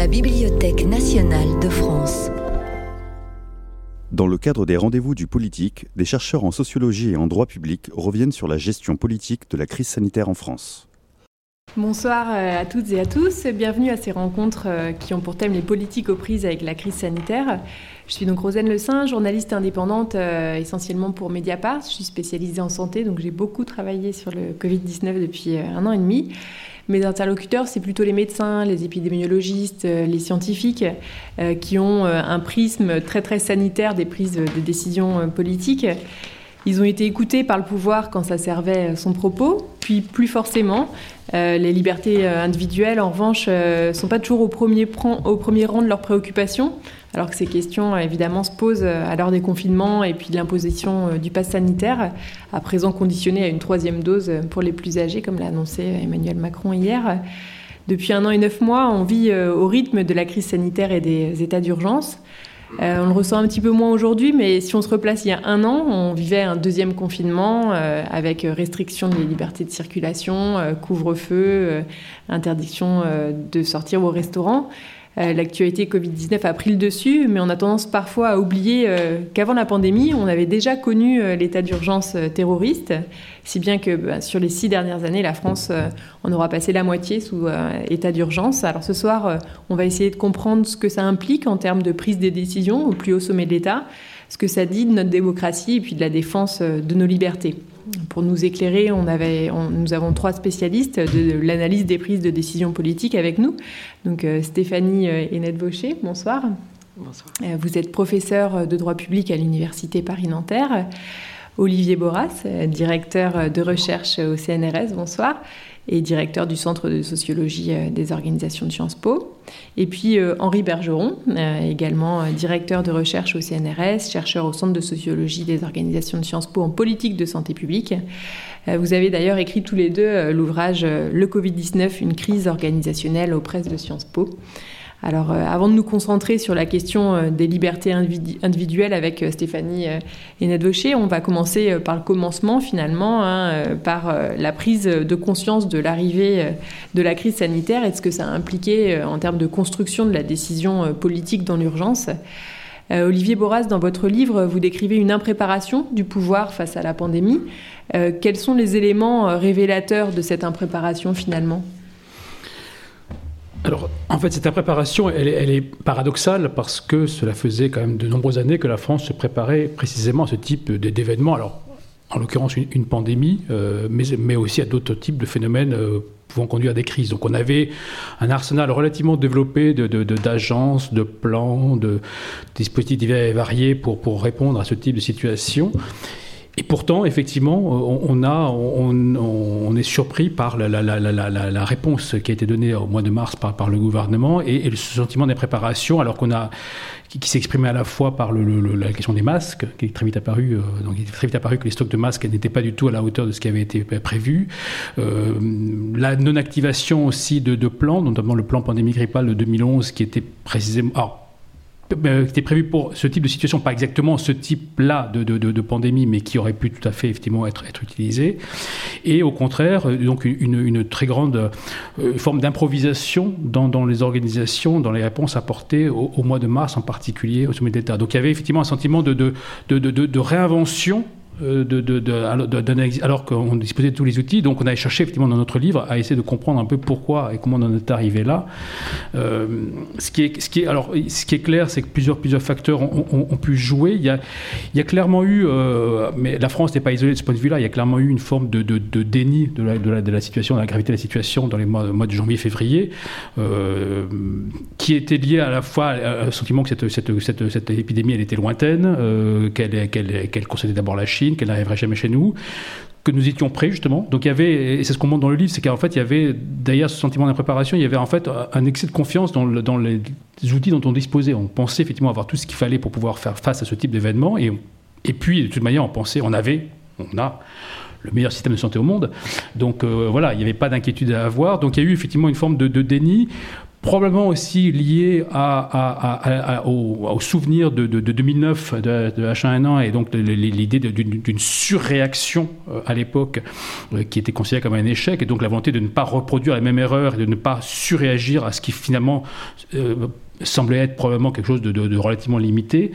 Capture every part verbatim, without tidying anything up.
la Bibliothèque nationale de France. Dans le cadre des rendez-vous du politique, des chercheurs en sociologie et en droit public reviennent sur la gestion politique de la crise sanitaire en France. Bonsoir à toutes et à tous, bienvenue à ces rencontres qui ont pour thème les politiques aux prises avec la crise sanitaire. Je suis donc Rosane Le Saint, journaliste indépendante euh, essentiellement pour Mediapart. Je suis spécialisée en santé, donc j'ai beaucoup travaillé sur le covid dix-neuf depuis un an et demi. Mes interlocuteurs, c'est plutôt les médecins, les épidémiologistes, euh, les scientifiques euh, qui ont euh, un prisme très très sanitaire des prises de décisions euh, politiques. Ils ont été écoutés par le pouvoir quand ça servait son propos, puis plus forcément. Euh, les libertés individuelles, en revanche, ne euh, sont pas toujours au premier, plan, au premier rang de leurs préoccupations, alors que ces questions, évidemment, se posent à l'heure des confinements et puis de l'imposition euh, du pass sanitaire, à présent conditionné à une troisième dose pour les plus âgés, comme l'a annoncé Emmanuel Macron hier. Depuis un an et neuf mois, on vit euh, au rythme de la crise sanitaire et des états d'urgence. Euh, on le ressent un petit peu moins aujourd'hui, mais si on se replace il y a un an, on vivait un deuxième confinement euh, avec restriction des libertés de circulation, euh, couvre-feu, euh, interdiction euh, de sortir au restaurant. Euh, l'actualité covid dix-neuf a pris le dessus, mais on a tendance parfois à oublier euh, qu'avant la pandémie, on avait déjà connu euh, l'état d'urgence euh, terroriste, si bien que bah, sur les six dernières années, la France euh, en aura passé la moitié sous euh, état d'urgence. Alors ce soir, euh, on va essayer de comprendre ce que ça implique en termes de prise des décisions au plus haut sommet de l'État, ce que ça dit de notre démocratie et puis de la défense euh, de nos libertés. Pour nous éclairer, on avait, on, nous avons trois spécialistes de, de l'analyse des prises de décisions politiques avec nous. Donc euh, Stéphanie euh, Hennette-Vaucher, bonsoir. Bonsoir. Euh, vous êtes professeur de droit public à l'Université Paris-Nanterre. Olivier Boras, euh, directeur de recherche au C N R S, bonsoir, et directeur du Centre de sociologie euh, des organisations de Sciences Po. Et puis euh, Henri Bergeron, euh, également euh, directeur de recherche au C N R S, chercheur au Centre de sociologie des organisations de Sciences Po en politique de santé publique. Euh, vous avez d'ailleurs écrit tous les deux euh, l'ouvrage euh, « Le covid dix-neuf, une crise organisationnelle aux presses de Sciences Po ». Alors, euh, avant de nous concentrer sur la question euh, des libertés individu- individuelles avec euh, Stéphanie euh, Hennette-Vaucher, on va commencer euh, par le commencement, finalement, hein, euh, par euh, la prise de conscience de l'arrivée euh, de la crise sanitaire et de ce que ça a impliqué euh, en termes de construction de la décision euh, politique dans l'urgence. Euh, Olivier Boras, dans votre livre, vous décrivez une impréparation du pouvoir face à la pandémie. Euh, quels sont les éléments euh, révélateurs de cette impréparation, finalement ? Alors, en fait, cette impréparation, elle est, elle est paradoxale parce que cela faisait quand même de nombreuses années que la France se préparait précisément à ce type d'événements. Alors, en l'occurrence, une, une pandémie, euh, mais, mais aussi à d'autres types de phénomènes euh, pouvant conduire à des crises. Donc, on avait un arsenal relativement développé de, de, de, d'agences, de plans, de dispositifs divers et variés pour, pour répondre à ce type de situation. Et pourtant, effectivement, on, a, on, on est surpris par la, la, la, la, la réponse qui a été donnée au mois de mars par, par le gouvernement et, et le sentiment d'impréparation, alors qu'on a, qui, qui s'exprimait à la fois par le, le, la question des masques, qui est très vite apparu, euh, donc il est très vite apparu que les stocks de masques n'étaient pas du tout à la hauteur de ce qui avait été prévu. Euh, la non-activation aussi de, de plans, notamment le plan pandémie grippale de deux mille onze, qui était précisément... Alors, qui était prévu pour ce type de situation, pas exactement ce type-là de, de, de, de pandémie, mais qui aurait pu tout à fait effectivement être, être utilisé. Et au contraire, donc une, une très grande euh, forme d'improvisation dans, dans les organisations, dans les réponses apportées au, au mois de mars en particulier au sommet de l'État. Donc il y avait effectivement un sentiment de, de, de, de, de, de réinvention De, de, de, de, alors qu'on disposait de tous les outils. Donc on a cherché effectivement dans notre livre à essayer de comprendre un peu pourquoi et comment on en est arrivé là. Euh, ce, qui est, ce, qui est, alors, ce qui est clair, c'est que plusieurs, plusieurs facteurs ont, ont, ont pu jouer. Il y a, il y a clairement eu, euh, mais la France n'est pas isolée de ce point de vue-là, il y a clairement eu une forme de, de, de déni de la, de, la, de la situation, de la gravité de la situation dans les mois, mois de janvier-février, euh, qui était lié à la fois au sentiment que cette, cette, cette, cette épidémie elle était lointaine, euh, qu'elle, qu'elle, qu'elle concernait d'abord la Chine, qu'elle n'arriverait jamais chez nous, que nous étions prêts justement. Donc il y avait, et c'est ce qu'on montre dans le livre, c'est qu'en fait il y avait derrière ce sentiment d'impréparation, il y avait en fait un excès de confiance dans, le, dans les outils dont on disposait. On pensait effectivement avoir tout ce qu'il fallait pour pouvoir faire face à ce type d'événement, et, et puis de toute manière on pensait, on avait, on a le meilleur système de santé au monde. Donc euh, voilà, il n'y avait pas d'inquiétude à avoir. Donc il y a eu effectivement une forme de, de déni. probablement aussi lié à, à, à, à, au, au souvenir de, de, de deux mille neuf de, de H un N un et donc l'idée d'une, d'une surréaction à l'époque qui était considérée comme un échec, et donc la volonté de ne pas reproduire la même erreur et de ne pas surréagir à ce qui finalement euh, semblait être probablement quelque chose de, de, de relativement limité.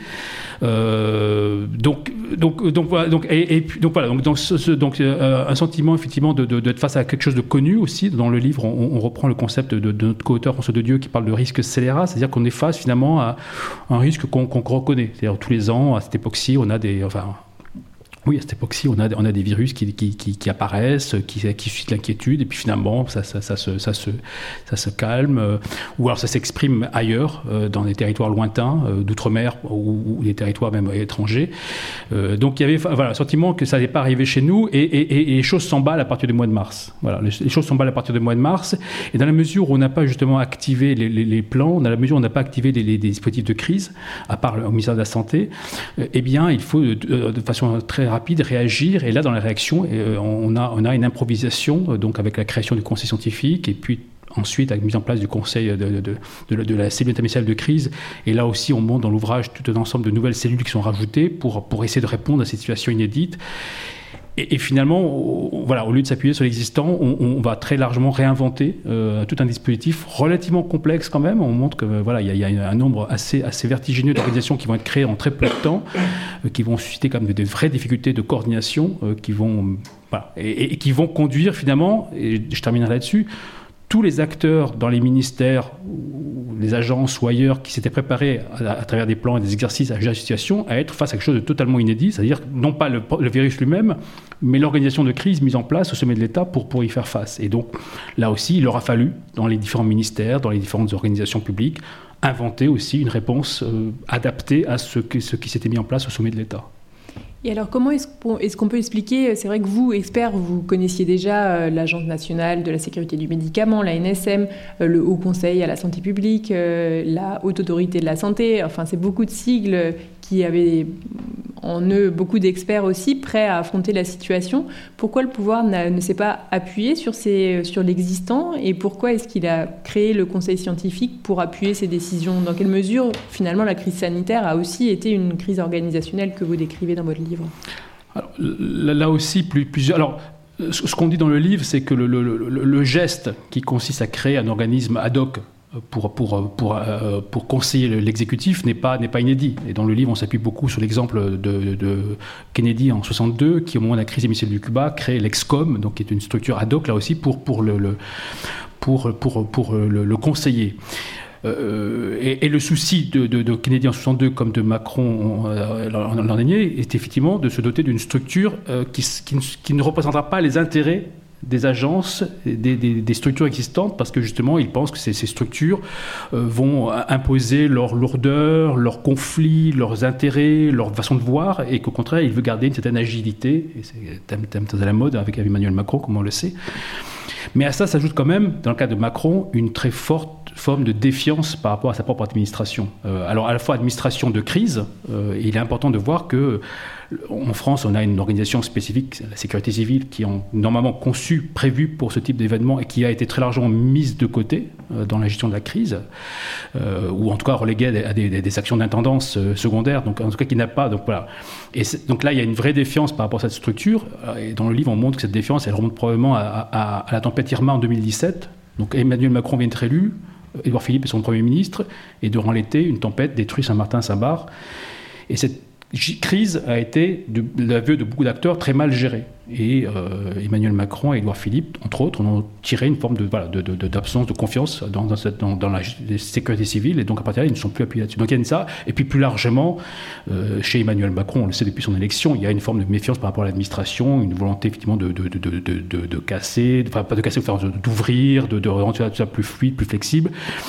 Euh, donc, donc, donc voilà. Donc, et, et puis, donc voilà. Donc, donc, ce, donc euh, un sentiment effectivement de, de, d'être face à quelque chose de connu aussi. Dans le livre, on, on reprend le concept de, de notre co-auteur François Dedieu qui parle de risque scélérat, c'est-à-dire qu'on est face finalement à un risque qu'on, qu'on reconnaît. C'est-à-dire tous les ans, à cette époque-ci, on a des, enfin. Oui, à cette époque-ci, on a, on a des virus qui, qui, qui, qui apparaissent, qui, qui suscitent l'inquiétude, et puis finalement, ça, ça, ça, se, ça, se, ça se calme, euh, ou alors ça s'exprime ailleurs, euh, dans des territoires lointains, euh, d'outre-mer, ou, ou des territoires même étrangers. Euh, donc il y avait voilà, le sentiment que ça n'allait pas arriver chez nous, et, et, et, et les choses s'emballent à partir du mois de mars. Voilà, les, les choses s'emballent à partir du mois de mars, et dans la mesure où on n'a pas justement activé les, les, les plans, dans la mesure où on n'a pas activé les, les, les dispositifs de crise, à part le, au ministère de la Santé, euh, eh bien, il faut, de, de façon très rapide, réagir, et là dans la réaction euh, on, a, on a une improvisation, euh, donc avec la création du conseil scientifique, et puis ensuite avec la mise en place du conseil de, de, de, de, de la cellule interministérielle de crise, et là aussi on monte dans l'ouvrage tout un ensemble de nouvelles cellules qui sont rajoutées pour, pour essayer de répondre à ces situations inédites. Et, et finalement, voilà, au lieu de s'appuyer sur l'existant, on, on va très largement réinventer euh, tout un dispositif relativement complexe quand même. On montre que voilà, il y, y a un nombre assez, assez vertigineux d'organisations qui vont être créées en très peu de temps, euh, qui vont susciter quand même de, de vraies difficultés de coordination, euh, qui vont voilà, et, et qui vont conduire finalement, et je terminerai là-dessus, tous les acteurs dans les ministères, ou les agences ou ailleurs qui s'étaient préparés à, à travers des plans et des exercices à gérer la situation, à être face à quelque chose de totalement inédit, c'est-à-dire non pas le, le virus lui-même, mais l'organisation de crise mise en place au sommet de l'État pour, pour y faire face. Et donc là aussi, il aura fallu, dans les différents ministères, dans les différentes organisations publiques, inventer aussi une réponse euh, adaptée à ce, que, ce qui s'était mis en place au sommet de l'État. Et alors, comment est-ce qu'on, est-ce qu'on peut expliquer, c'est vrai que vous, experts, vous connaissiez déjà euh, l'Agence nationale de la sécurité du médicament, la N S M, euh, le Haut Conseil à la santé publique, euh, la Haute Autorité de la santé, enfin, c'est beaucoup de sigles qui avaient en eux beaucoup d'experts aussi prêts à affronter la situation. Pourquoi le pouvoir ne s'est pas appuyé sur, ces, sur l'existant, et pourquoi est-ce qu'il a créé le Conseil scientifique pour appuyer ses décisions ? Dans quelle mesure, finalement, la crise sanitaire a aussi été une crise organisationnelle que vous décrivez dans votre livre ? Alors, là aussi, plus, plusieurs... Alors, ce qu'on dit dans le livre, c'est que le, le, le, le geste qui consiste à créer un organisme ad hoc pour, pour, pour, pour conseiller l'exécutif n'est pas, n'est pas inédit. Et dans le livre, on s'appuie beaucoup sur l'exemple de, de Kennedy en soixante-deux, qui, au moment de la crise des missiles du Cuba, crée l'Excom, donc qui est une structure ad hoc, là aussi, pour, pour, le, le, pour, pour, pour le, le conseiller. Euh, et, et le souci de, de, de Kennedy en soixante-deux, comme de Macron euh, l'an dernier, est effectivement de se doter d'une structure euh, qui, qui, qui ne représentera pas les intérêts des agences, des, des, des structures existantes, parce que justement, ils pensent que ces, ces structures euh, vont imposer leur lourdeur, leurs conflits, leurs intérêts, leur façon de voir, et qu'au contraire, ils veulent garder une certaine agilité, et c'est thème, thème à la mode avec Emmanuel Macron, comme on le sait. Mais à ça s'ajoute quand même, dans le cas de Macron, une très forte forme de défiance par rapport à sa propre administration. Euh, alors, à la fois administration de crise, euh, il est important de voir que en France, on a une organisation spécifique, la sécurité civile, qui est normalement conçue, prévue pour ce type d'événement, et qui a été très largement mise de côté euh, dans la gestion de la crise, euh, ou en tout cas reléguée à des, des, des actions d'intendance euh, secondaires, donc en tout cas qui n'a pas. Donc voilà. Et donc là, il y a une vraie défiance par rapport à cette structure, et dans le livre, on montre que cette défiance, elle remonte probablement à, à, à la tempête Irma en deux mille dix-sept. Donc Emmanuel Macron vient d'être élu, Édouard Philippe est son Premier ministre, et durant l'été, une tempête détruit Saint-Martin-Saint-Bar. Et cette crise a été, de l'aveu de beaucoup d'acteurs, très mal gérée. Et euh, Emmanuel Macron et Édouard Philippe, entre autres, ont tiré une forme de, voilà, de, de, d'absence de confiance dans, dans, cette, dans, dans la sécurité civile, et donc à partir de là, ils ne sont plus appuyés là-dessus. Donc il y a ça, et puis plus largement, euh, chez Emmanuel Macron, on le sait depuis son élection, il y a une forme de méfiance par rapport à l'administration, une volonté effectivement de, de, de, de, de, de, de casser, enfin pas de casser, enfin, d'ouvrir, de, de rendre tout ça plus fluide, plus flexible.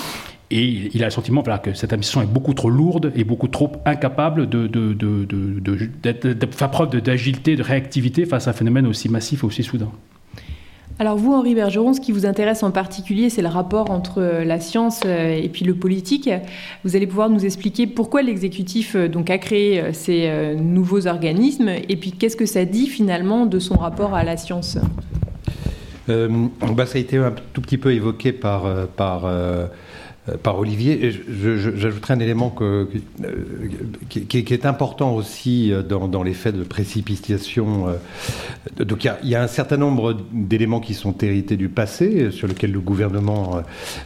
Et il a le sentiment voilà, que cette administration est beaucoup trop lourde et beaucoup trop incapable de, de, de, de, de, de, de faire preuve d'agilité, de réactivité face à un phénomène aussi massif et aussi soudain. Alors vous, Henri Bergeron, ce qui vous intéresse en particulier, c'est le rapport entre la science et puis le politique. Vous allez pouvoir nous expliquer pourquoi l'exécutif donc, a créé ces nouveaux organismes, et puis qu'est-ce que ça dit finalement de son rapport à la science ? euh, bah, Ça a été un tout petit peu évoqué par... par euh, par Olivier. Je, je, j'ajouterai un élément que, qui, qui, qui est important aussi dans, dans les faits de précipitation. Donc il y a, il y a un certain nombre d'éléments qui sont hérités du passé, sur lesquels le gouvernement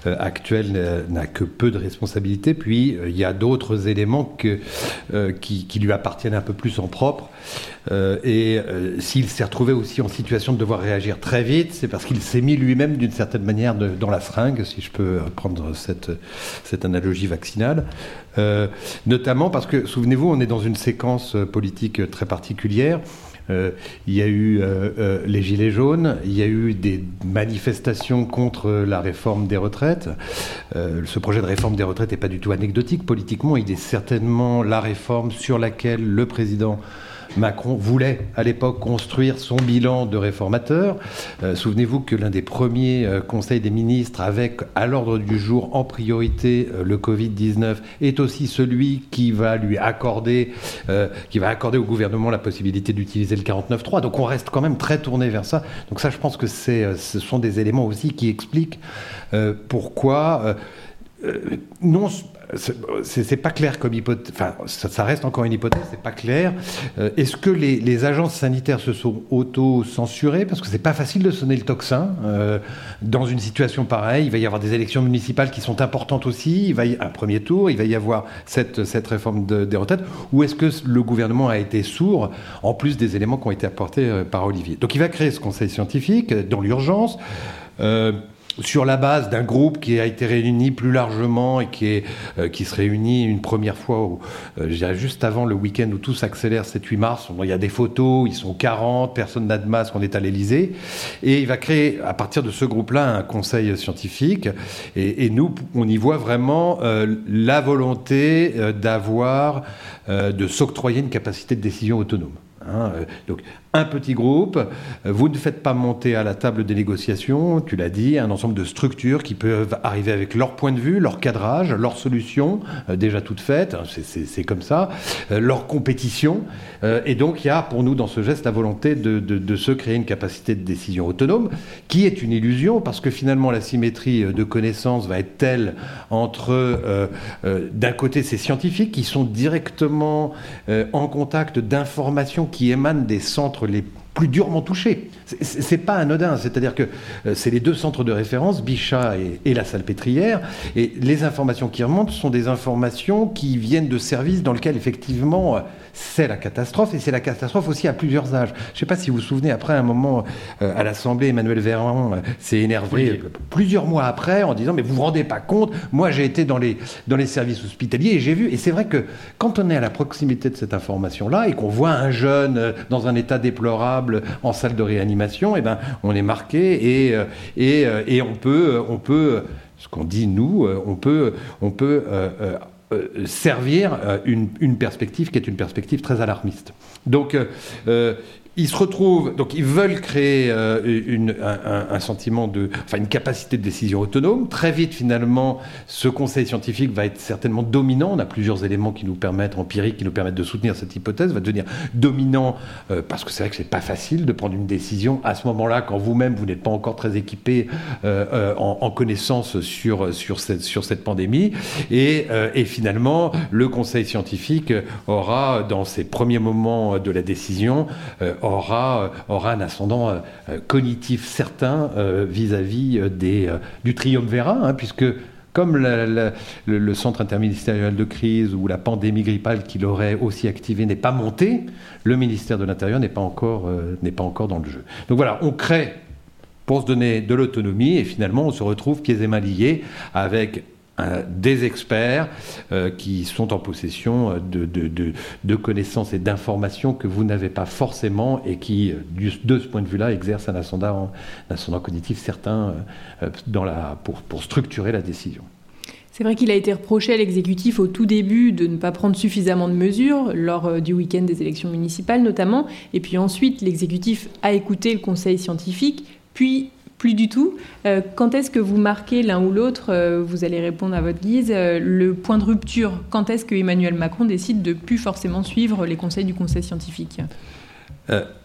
actuel n'a que peu de responsabilités. Puis il y a d'autres éléments que, qui, qui lui appartiennent un peu plus en propre. Euh, et euh, s'il s'est retrouvé aussi en situation de devoir réagir très vite, c'est parce qu'il s'est mis lui-même d'une certaine manière de, dans la seringue, si je peux prendre cette, cette analogie vaccinale. Euh, notamment parce que, souvenez-vous, on est dans une séquence politique très particulière. Euh, il y a eu euh, euh, les Gilets jaunes, il y a eu des manifestations contre la réforme des retraites. Euh, ce projet de réforme des retraites n'est pas du tout anecdotique. Politiquement, il est certainement la réforme sur laquelle le président Macron voulait à l'époque construire son bilan de réformateur. Euh, souvenez-vous que l'un des premiers euh, conseils des ministres avec à l'ordre du jour en priorité euh, le covid dix-neuf est aussi celui qui va lui accorder, euh, qui va accorder au gouvernement la possibilité d'utiliser le quarante-neuf trois. Donc on reste quand même très tourné vers ça. Donc ça, je pense que c'est, euh, ce sont des éléments aussi qui expliquent euh, pourquoi euh, euh, non. C'est, c'est, c'est pas clair comme hypothèse, enfin ça, ça reste encore une hypothèse, c'est pas clair. Euh, est-ce que les, les agences sanitaires se sont auto-censurées? Parce que c'est pas facile de sonner le tocsin. Euh, dans une situation pareille, il va y avoir des élections municipales qui sont importantes aussi, il va y un premier tour, il va y avoir cette, cette réforme de, des retraites. Ou est-ce que le gouvernement a été sourd, en plus des éléments qui ont été apportés euh, par Olivier? Donc il va créer ce conseil scientifique dans l'urgence. Euh, sur la base d'un groupe qui a été réuni plus largement et qui, est, euh, qui se réunit une première fois, au, euh, je dirais juste avant le week-end où tout s'accélère, sept huit mars. Bon, il y a des photos, ils sont quarante, personne n'a de masque, on est à l'Élysée. Et il va créer, à partir de ce groupe-là, un conseil scientifique. Et, et nous, on y voit vraiment euh, la volonté euh, d'avoir, euh, de s'octroyer une capacité de décision autonome. Hein, euh, donc, un petit groupe, vous ne faites pas monter à la table des négociations, tu l'as dit, un ensemble de structures qui peuvent arriver avec leur point de vue, leur cadrage, leurs solutions, euh, déjà toutes faites, c'est, c'est, c'est comme ça, euh, leur compétition. Euh, et donc, il y a pour nous dans ce geste la volonté de, de, de se créer une capacité de décision autonome, qui est une illusion, parce que finalement, la symétrie de connaissances va être telle entre, euh, euh, d'un côté, ces scientifiques qui sont directement euh, en contact d'informations qui émanent des centres les plus durement touchés. C'est, c'est pas anodin, c'est-à-dire que euh, c'est les deux centres de référence, Bichat et, et la Salpêtrière, et les informations qui remontent sont des informations qui viennent de services dans lesquels effectivement euh, c'est la catastrophe, et c'est la catastrophe aussi à plusieurs âges. Je ne sais pas si vous vous souvenez, après un moment euh, à l'Assemblée, Emmanuel Véran euh, s'est énervé oui. euh, plusieurs mois après en disant « mais vous ne vous rendez pas compte, moi j'ai été dans les, dans les services hospitaliers et j'ai vu ». Et c'est vrai que quand on est à la proximité de cette information-là et qu'on voit un jeune euh, dans un état déplorable en salle de réanimation, eh ben, on est marqué et, euh, et, euh, et on peut, on peut, ce qu'on dit nous, euh, on peut... On peut euh, euh, Euh, servir euh, une, une perspective qui est une perspective très alarmiste. Donc, euh, euh, ils se retrouvent, donc ils veulent créer euh, une, un, un sentiment de, enfin une capacité de décision autonome. Très vite, finalement, ce conseil scientifique va être certainement dominant. On a plusieurs éléments qui nous permettent, empiriques, qui nous permettent de soutenir cette hypothèse. Va devenir dominant euh, parce que c'est vrai que c'est pas facile de prendre une décision à ce moment-là quand vous-même vous n'êtes pas encore très équipé euh, euh, en, en connaissance sur sur cette sur cette pandémie. Et, euh, et finalement, le conseil scientifique aura, dans ses premiers moments de la décision, euh, Aura, aura un ascendant euh, cognitif certain euh, vis-à-vis des, euh, du triumvirat, hein, puisque comme la, la, le, le centre interministériel de crise ou la pandémie grippale qu'il aurait aussi activé n'est pas monté, le ministère de l'Intérieur n'est pas encore, euh, n'est pas encore dans le jeu. Donc voilà, on crée pour se donner de l'autonomie et finalement on se retrouve pieds et mains liés avec Euh, des experts euh, qui sont en possession de, de, de, de connaissances et d'informations que vous n'avez pas forcément et qui, du, de ce point de vue-là, exercent un ascendant, un ascendant cognitif certain euh, dans la, pour, pour structurer la décision. C'est vrai qu'il a été reproché à l'exécutif au tout début de ne pas prendre suffisamment de mesures, lors du week-end des élections municipales notamment, et puis ensuite l'exécutif a écouté le conseil scientifique, puis plus du tout. Euh, quand est-ce que vous marquez l'un ou l'autre, euh, vous allez répondre à votre guise, euh, le point de rupture? Quand est-ce que Emmanuel Macron décide de plus forcément suivre les conseils du conseil scientifique? euh,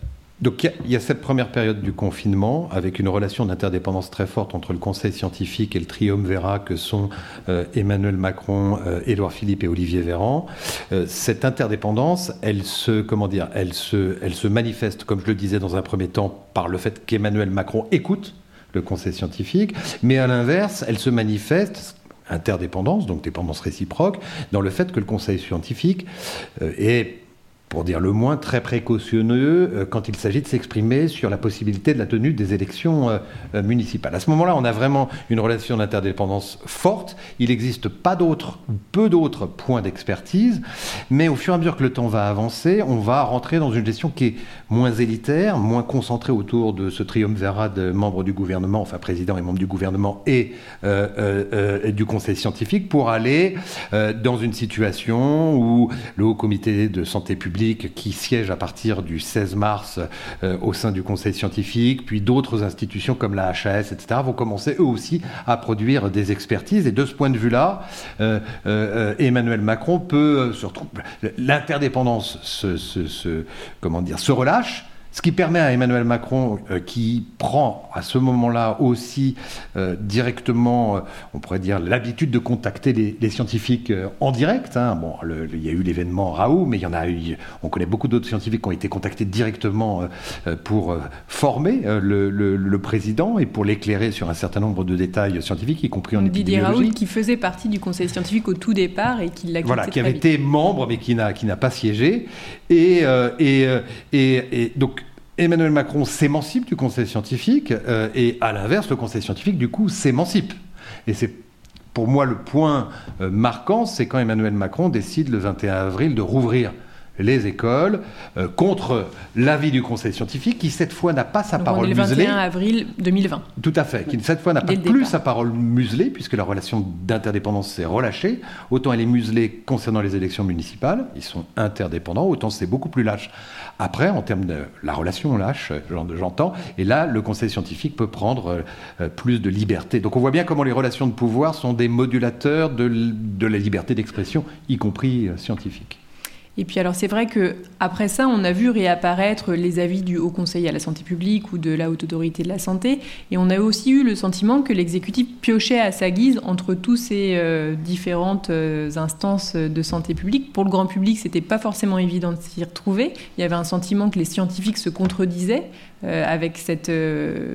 Donc il y, y a cette première période du confinement avec une relation d'interdépendance très forte entre le Conseil scientifique et le triumvirat que sont euh, Emmanuel Macron, euh, Édouard Philippe et Olivier Véran. Euh, cette interdépendance, elle se, comment dire, elle se, elle se manifeste, comme je le disais dans un premier temps, par le fait qu'Emmanuel Macron écoute le Conseil scientifique, mais à l'inverse, elle se manifeste, interdépendance, donc dépendance réciproque, dans le fait que le Conseil scientifique euh, est, pour dire le moins, très précautionneux euh, quand il s'agit de s'exprimer sur la possibilité de la tenue des élections euh, euh, municipales. À ce moment-là, on a vraiment une relation d'interdépendance forte. Il n'existe pas d'autres, peu d'autres points d'expertise, mais au fur et à mesure que le temps va avancer, on va rentrer dans une gestion qui est moins élitaire, moins concentrée autour de ce triumvirat de membres du gouvernement, enfin président et membres du gouvernement et, euh, euh, et du Conseil scientifique, pour aller euh, dans une situation où le Haut Comité de santé publique qui siège à partir du seize mars euh, au sein du Conseil scientifique, puis d'autres institutions comme la H A S, et cetera, vont commencer eux aussi à produire des expertises. Et de ce point de vue-là, euh, euh, Emmanuel Macron peut euh, se retrouver. L'interdépendance se, se, se, comment dire, se relâche. Ce qui permet à Emmanuel Macron, euh, qui prend à ce moment-là aussi euh, directement, euh, on pourrait dire, l'habitude de contacter les, les scientifiques euh, en direct. Hein. Bon, le, le, il y a eu l'événement Raoult, mais il y en a eu, on connaît beaucoup d'autres scientifiques qui ont été contactés directement euh, pour euh, former euh, le, le, le président et pour l'éclairer sur un certain nombre de détails scientifiques, y compris en Didier épidémiologie. Raoult, qui faisait partie du Conseil scientifique au tout départ et qui l'a quitté Voilà, qui avait vite. été membre, mais qui n'a, qui n'a pas siégé. Et, euh, et, euh, et, et donc, Emmanuel Macron s'émancipe du Conseil scientifique euh, et à l'inverse, le Conseil scientifique, du coup, s'émancipe. Et c'est pour moi le point euh, marquant, c'est quand Emmanuel Macron décide le vingt et un avril de rouvrir les écoles euh, contre l'avis du Conseil scientifique qui cette fois n'a pas sa Donc parole on est le muselée. vingt et un avril deux mille vingt. Tout à fait, qui cette fois n'a Dès pas le plus départ. sa parole muselée puisque la relation d'interdépendance s'est relâchée. Autant elle est muselée concernant les élections municipales, ils sont interdépendants, autant c'est beaucoup plus lâche. Après, en termes de la relation lâche, j'entends, et là, le Conseil scientifique peut prendre euh, plus de liberté. Donc on voit bien comment les relations de pouvoir sont des modulateurs de, de la liberté d'expression, y compris euh, scientifique. Et puis alors c'est vrai qu'après ça, on a vu réapparaître les avis du Haut Conseil à la santé publique ou de la Haute Autorité de la Santé, et on a aussi eu le sentiment que l'exécutif piochait à sa guise entre tous ces euh, différentes euh, instances de santé publique. Pour le grand public, c'était pas forcément évident de s'y retrouver. Il y avait un sentiment que les scientifiques se contredisaient euh, avec cette... Euh,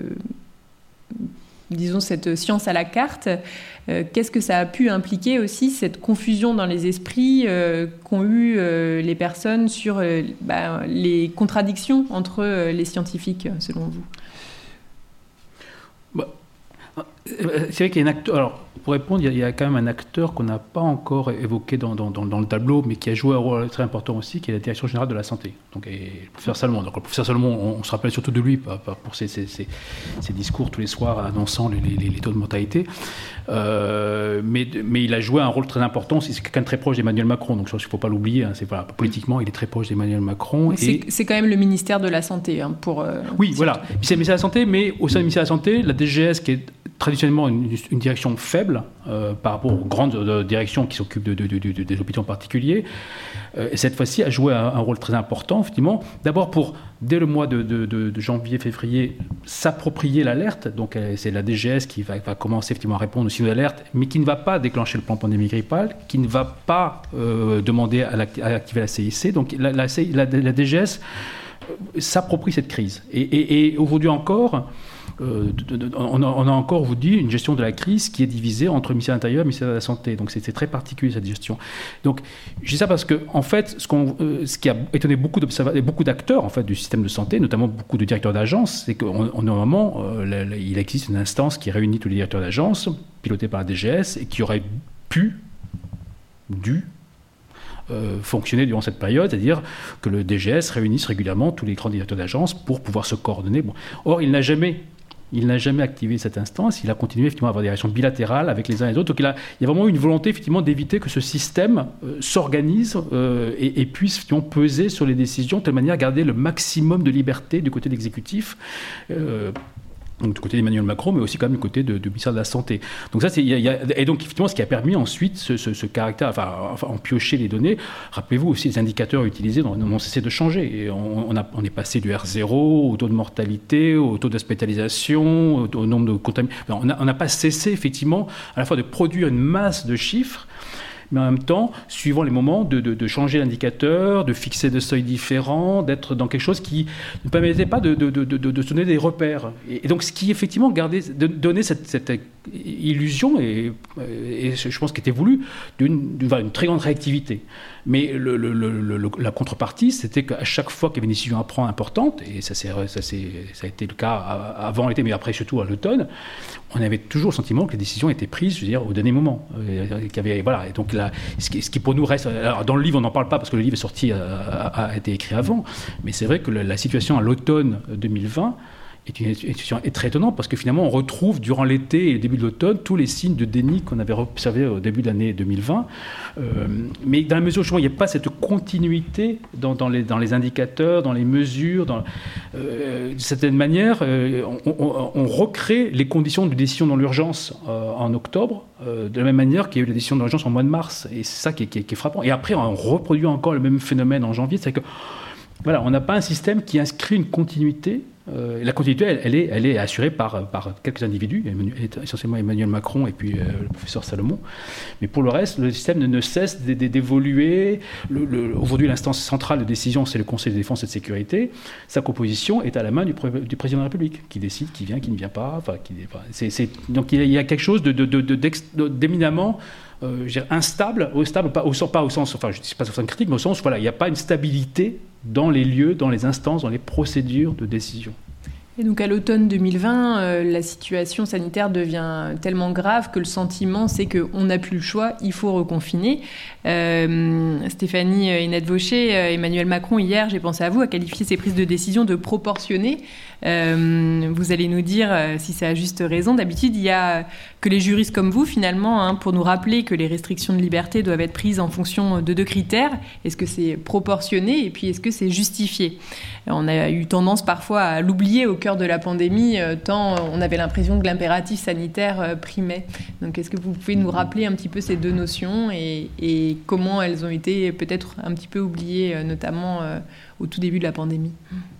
disons, cette science à la carte. Euh, qu'est-ce que ça a pu impliquer aussi, cette confusion dans les esprits euh, qu'ont eu euh, les personnes sur euh, bah, les contradictions entre euh, les scientifiques, selon vous ? bah, C'est vrai qu'il y a un acteur... Alors, pour répondre, il y, a, il y a quand même un acteur qu'on n'a pas encore évoqué dans, dans, dans, dans le tableau, mais qui a joué un rôle très important aussi, qui est la Direction générale de la santé. Donc, et le professeur Salmon. Donc, le professeur Salmon, on, on se rappelle surtout de lui pas, pas pour ses, ses, ses, ses discours tous les soirs annonçant les, les, les taux de mortalité. Euh, mais, mais il a joué un rôle très important aussi. C'est quelqu'un de très proche d'Emmanuel Macron, donc je pense qu'il ne faut pas l'oublier. Hein. C'est, voilà, politiquement, il est très proche d'Emmanuel Macron. C'est, et... c'est quand même le ministère de la Santé. Hein, pour, euh, oui, voilà. C'est le ministère de la Santé, mais au sein du ministère de la Santé, la D G S, qui est traditionnellement une, une direction faible euh, par rapport aux grandes euh, directions qui s'occupent de, de, de, de, des hôpitaux en particulier, euh, cette fois-ci a joué un, un rôle très important, effectivement. D'abord pour, dès le mois de, de, de, de janvier-février, s'approprier l'alerte. Donc euh, c'est la D G S qui va, va commencer effectivement à répondre aux signaux d'alerte, mais qui ne va pas déclencher le plan pandémie grippale, qui ne va pas euh, demander à, à activer la C I C. Donc la, la, la, la D G S s'approprie cette crise. Et, et, et aujourd'hui encore... Euh, de, de, on, a, on a encore, vous dit, une gestion de la crise qui est divisée entre le ministère de l'Intérieur et le ministère de la Santé. Donc c'est, c'est très particulier cette gestion. Donc je dis ça parce que en fait, ce, qu'on, euh, ce qui a étonné beaucoup, beaucoup d'acteurs en fait du système de santé, notamment beaucoup de directeurs d'agence, c'est qu'en normalement, euh, la, la, il existe une instance qui réunit tous les directeurs d'agence, pilotée par la D G S, et qui aurait pu, dû Euh, fonctionner durant cette période, c'est-à-dire que le D G S réunisse régulièrement tous les grands directeurs d'agence pour pouvoir se coordonner. Bon. Or, il n'a jamais, il n'a jamais activé cette instance, il a continué effectivement à avoir des relations bilatérales avec les uns et les autres, donc il, a, il y a vraiment une volonté effectivement d'éviter que ce système euh, s'organise euh, et, et puisse effectivement peser sur les décisions de telle manière à garder le maximum de liberté du côté de l'exécutif. Euh, donc du côté d'Emmanuel Macron, mais aussi quand même du côté de, du ministère de la Santé. Donc ça, c'est, y a, y a, et donc effectivement, ce qui a permis ensuite ce, ce, ce caractère, enfin, enfin, en piocher les données. Rappelez-vous aussi, les indicateurs utilisés n'ont cessé de changer. Et on, on, a, on est passé du R zéro au taux de mortalité, au taux d'hospitalisation, au, au nombre de contaminés. On n'a pas cessé effectivement à la fois de produire une masse de chiffres, mais en même temps, suivant les moments, de, de, de changer l'indicateur, de fixer des seuils différents, d'être dans quelque chose qui ne permettait pas de, de, de, de, de se donner des repères. Et, et donc, ce qui, effectivement, gardait, de, donnait cette, cette illusion, et, et je pense qu'il était voulu, d'une, d'une, d'une très grande réactivité. Mais le, le, le, le, la contrepartie, c'était qu'à chaque fois qu'il y avait une décision à prendre importante, et ça, c'est, ça, c'est, ça a été le cas avant l'été, mais après surtout à l'automne, on avait toujours le sentiment que les décisions étaient prises, je veux dire, au dernier moment. Qu'il y avait, voilà, et donc là, ce qui, ce qui pour nous reste... Alors dans le livre, on n'en parle pas parce que le livre est sorti, a, a, a été écrit avant, mais c'est vrai que la, la situation à l'automne deux mille vingt est une situation très étonnante parce que finalement, on retrouve durant l'été et le début de l'automne tous les signes de déni qu'on avait observés au début de l'année deux mille vingt. Euh, mais dans la mesure où il n'y a pas cette continuité dans, dans, les, dans les indicateurs, dans les mesures, dans, euh, d'une certaine manière, euh, on, on, on recrée les conditions de décision dans l'urgence euh, en octobre, euh, de la même manière qu'il y a eu la décision dans l'urgence en mois de mars. Et c'est ça qui est, qui est, qui est frappant. Et après, on reproduit encore le même phénomène en janvier. C'est que voilà, on n'a pas un système qui inscrit une continuité. Euh, la continuité, elle, elle, est, elle est assurée par, par quelques individus, essentiellement Emmanuel Macron et puis euh, le professeur Salomon. Mais pour le reste, le système ne, ne cesse d'évoluer. Le, le, aujourd'hui, l'instance centrale de décision, c'est le Conseil de défense et de sécurité. Sa composition est à la main du, du président de la République, qui décide qui vient, qui ne vient pas. Enfin, qui, enfin, c'est, c'est, donc il y a quelque chose de, de, de, de, d'éminemment euh, je dirais, instable, au stable, pas au sens, pas au sens, enfin, je ne dis pas au sens critique, mais au sens, voilà, il n'y a pas une stabilité dans les lieux, dans les instances, dans les procédures de décision. Et donc à l'automne deux mille vingt, euh, la situation sanitaire devient tellement grave que le sentiment, c'est qu'on n'a plus le choix, il faut reconfiner. Euh, Stéphanie Hennette-Vaucher, euh, Emmanuel Macron, hier, j'ai pensé à vous, a qualifié ces prises de décision de proportionnées. Euh, vous allez nous dire euh, si c'est à juste raison. D'habitude, il y a que les juristes comme vous, finalement, hein, pour nous rappeler que les restrictions de liberté doivent être prises en fonction de deux critères. Est-ce que c'est proportionné et puis est-ce que c'est justifié ? On a eu tendance parfois à l'oublier au cœur de la pandémie, euh, tant on avait l'impression que l'impératif sanitaire euh, primait. Donc est-ce que vous pouvez nous rappeler un petit peu ces deux notions et, et comment elles ont été peut-être un petit peu oubliées, euh, notamment euh, au tout début de la pandémie ?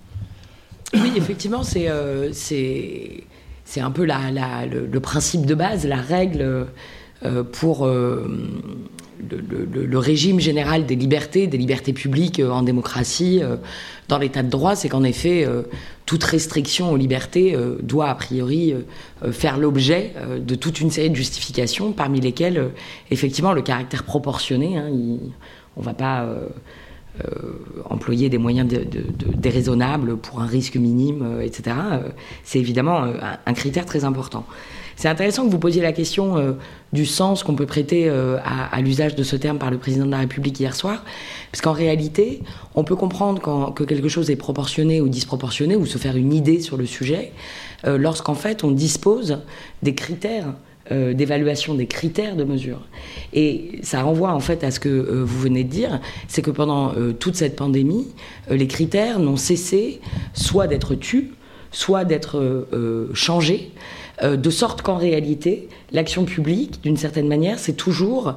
Oui, effectivement, c'est, euh, c'est, c'est un peu la, la, le, le principe de base, la règle euh, pour euh, le, le, le régime général des libertés, des libertés publiques euh, en démocratie, euh, dans l'état de droit, c'est qu'en effet, euh, toute restriction aux libertés euh, doit a priori euh, faire l'objet euh, de toute une série de justifications, parmi lesquelles, euh, effectivement, le caractère proportionné. Hein, il, on ne va pas... Euh, Euh, employer des moyens de, de, de, déraisonnables pour un risque minime, euh, et cetera. Euh, c'est évidemment euh, un, un critère très important. C'est intéressant que vous posiez la question euh, du sens qu'on peut prêter euh, à, à l'usage de ce terme par le président de la République hier soir, parce qu'en réalité, on peut comprendre quand, que quelque chose est proportionné ou disproportionné, ou se faire une idée sur le sujet, euh, lorsqu'en fait on dispose des critères Euh, d'évaluation des critères de mesure. Et ça renvoie en fait à ce que euh, vous venez de dire, c'est que pendant euh, toute cette pandémie, euh, les critères n'ont cessé soit d'être tus, soit d'être euh, changés, euh, de sorte qu'en réalité, l'action publique, d'une certaine manière, c'est toujours,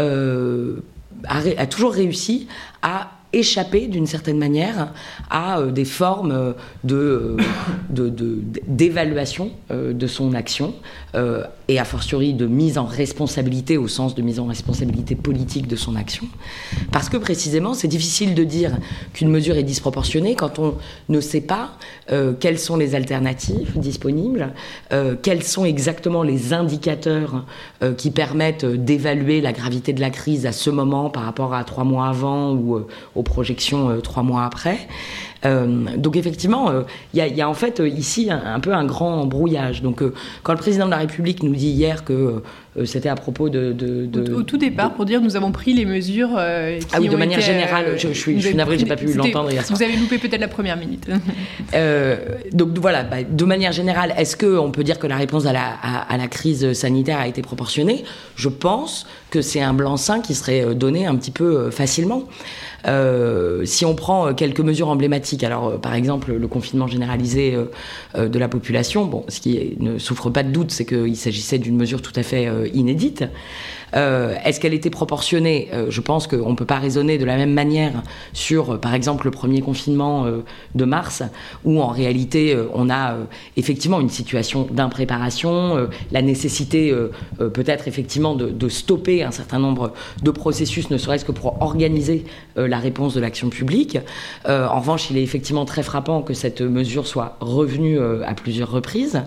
euh, a, a toujours réussi à échapper d'une certaine manière à euh, des formes de, de, de, d'évaluation euh, de son action euh, et a fortiori de mise en responsabilité au sens de mise en responsabilité politique de son action. Parce que précisément, c'est difficile de dire qu'une mesure est disproportionnée quand on ne sait pas euh, quelles sont les alternatives disponibles, euh, quels sont exactement les indicateurs euh, qui permettent d'évaluer la gravité de la crise à ce moment par rapport à trois mois avant ou euh, aux projections euh, trois mois après. Euh, donc effectivement, il euh, y, y a en fait euh, ici un, un peu un grand brouillage. Donc euh, quand le président de la République nous dit hier que euh, c'était à propos de... de, de au, au tout départ, de... pour dire nous avons pris les mesures euh, qui ah oui, de ont manière été, générale, euh, je, je suis, je suis navrée, j'ai pas pu l'entendre hier soir. Vous avez loupé peut-être la première minute. euh, donc voilà, bah, de manière générale, est-ce qu'on peut dire que la réponse à la, à, à la crise sanitaire a été proportionnée ? Je pense que c'est un blanc-seing qui serait donné un petit peu facilement. Euh, si on prend quelques mesures emblématiques, alors euh, par exemple le confinement généralisé euh, euh, de la population, bon, ce qui est, ne souffre pas de doute, c'est qu'il s'agissait d'une mesure tout à fait euh, inédite. Euh, est-ce qu'elle était proportionnée ? euh, Je pense qu'on ne peut pas raisonner de la même manière sur, euh, par exemple, le premier confinement euh, de mars, où en réalité, euh, on a euh, effectivement une situation d'impréparation, euh, la nécessité euh, euh, peut-être effectivement de, de stopper un certain nombre de processus, ne serait-ce que pour organiser euh, la réponse de l'action publique. Euh, en revanche, il est effectivement très frappant que cette mesure soit revenue euh, à plusieurs reprises.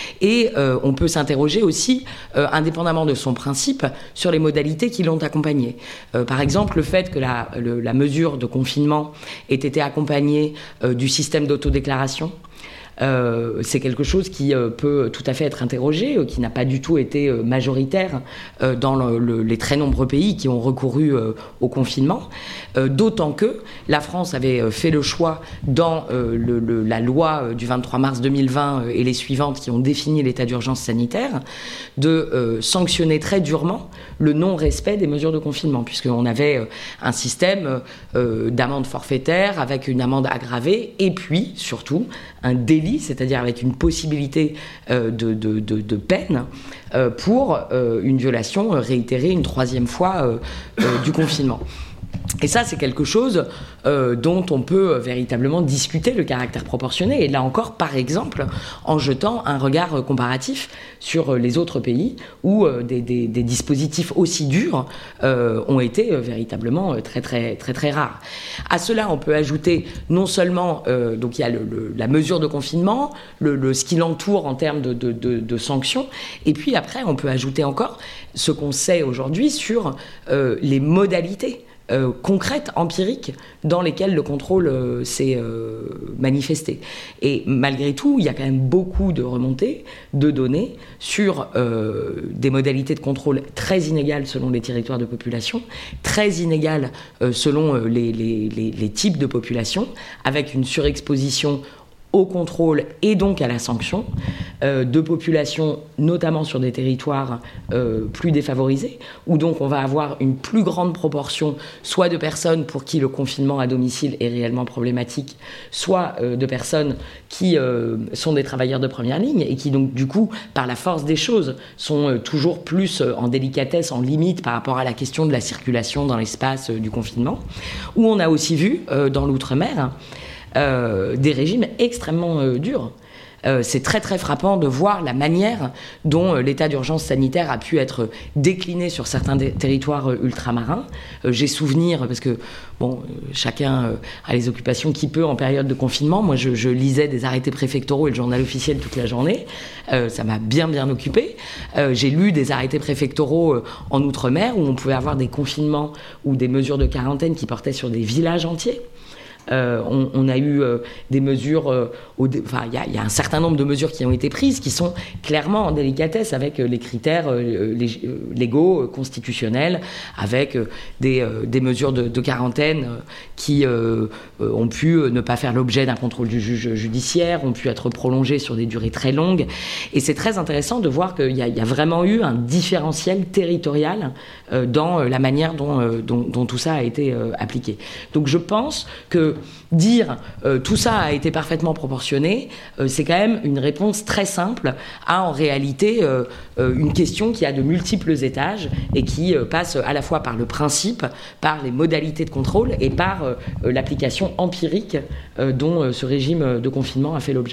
Et euh, on peut s'interroger aussi, euh, indépendamment de son principe, sur les modalités qui l'ont accompagnée. Euh, par exemple, le fait que la, le, la mesure de confinement ait été accompagnée euh, du système d'autodéclaration, Euh, c'est quelque chose qui euh, peut tout à fait être interrogé, euh, qui n'a pas du tout été euh, majoritaire euh, dans le, le, les très nombreux pays qui ont recouru euh, au confinement, euh, d'autant que la France avait euh, fait le choix dans euh, le, le, la loi euh, du vingt-trois mars deux mille vingt euh, et les suivantes qui ont défini l'état d'urgence sanitaire, de euh, sanctionner très durement le non-respect des mesures de confinement, puisqu'on avait euh, un système euh, d'amende forfaitaire avec une amende aggravée et puis, surtout, un délit, c'est-à-dire avec une possibilité euh, de, de, de, de peine euh, pour euh, une violation réitérée une troisième fois euh, euh, du confinement. Et ça, c'est quelque chose euh, dont on peut véritablement discuter le caractère proportionné. Et là encore, par exemple, en jetant un regard comparatif sur les autres pays où euh, des, des, des dispositifs aussi durs euh, ont été euh, véritablement très, très, très, très rares. À cela, on peut ajouter non seulement, euh, donc il y a le, le, la mesure de confinement, le, le, ce qui l'entoure en termes de, de, de, de sanctions, et puis après, on peut ajouter encore ce qu'on sait aujourd'hui sur euh, les modalités Euh, concrètes, empiriques, dans lesquelles le contrôle euh, s'est euh, manifesté. Et malgré tout, il y a quand même beaucoup de remontées, de données sur euh, des modalités de contrôle très inégales selon les territoires de population, très inégales euh, selon euh, les, les, les, les types de population, avec une surexposition au contrôle et donc à la sanction euh, de populations, notamment sur des territoires euh, plus défavorisés, où donc on va avoir une plus grande proportion soit de personnes pour qui le confinement à domicile est réellement problématique, soit euh, de personnes qui euh, sont des travailleurs de première ligne et qui donc du coup, par la force des choses, sont euh, toujours plus euh, en délicatesse, en limite par rapport à la question de la circulation dans l'espace euh, du confinement, où on a aussi vu euh, dans l'outre-mer Euh, des régimes extrêmement euh, durs. Euh, c'est très très frappant de voir la manière dont euh, l'état d'urgence sanitaire a pu être décliné sur certains des territoires euh, ultramarins. Euh, j'ai souvenir, parce que bon, euh, chacun euh, a les occupations qu'il peut en période de confinement. Moi, je, je lisais des arrêtés préfectoraux et le journal officiel toute la journée. Euh, ça m'a bien bien occupé. Euh, j'ai lu des arrêtés préfectoraux euh, en Outre-mer où on pouvait avoir des confinements ou des mesures de quarantaine qui portaient sur des villages entiers. Euh, on, on a eu euh, des mesures, euh, enfin il y, y a un certain nombre de mesures qui ont été prises qui sont clairement en délicatesse avec euh, les critères euh, les, euh, légaux, euh, constitutionnels, avec euh, des, euh, des mesures de, de quarantaine euh, qui euh, euh, ont pu euh, ne pas faire l'objet d'un contrôle du juge judiciaire, ont pu être prolongées sur des durées très longues. Et c'est très intéressant de voir qu'il y, y a vraiment eu un différentiel territorial euh, dans la manière dont, euh, dont, dont tout ça a été euh, appliqué. Donc je pense que dire euh, tout ça a été parfaitement proportionné, euh, c'est quand même une réponse très simple à en réalité euh, euh, une question qui a de multiples étages et qui euh, passe à la fois par le principe, par les modalités de contrôle et par euh, l'application empirique euh, dont euh, ce régime de confinement a fait l'objet.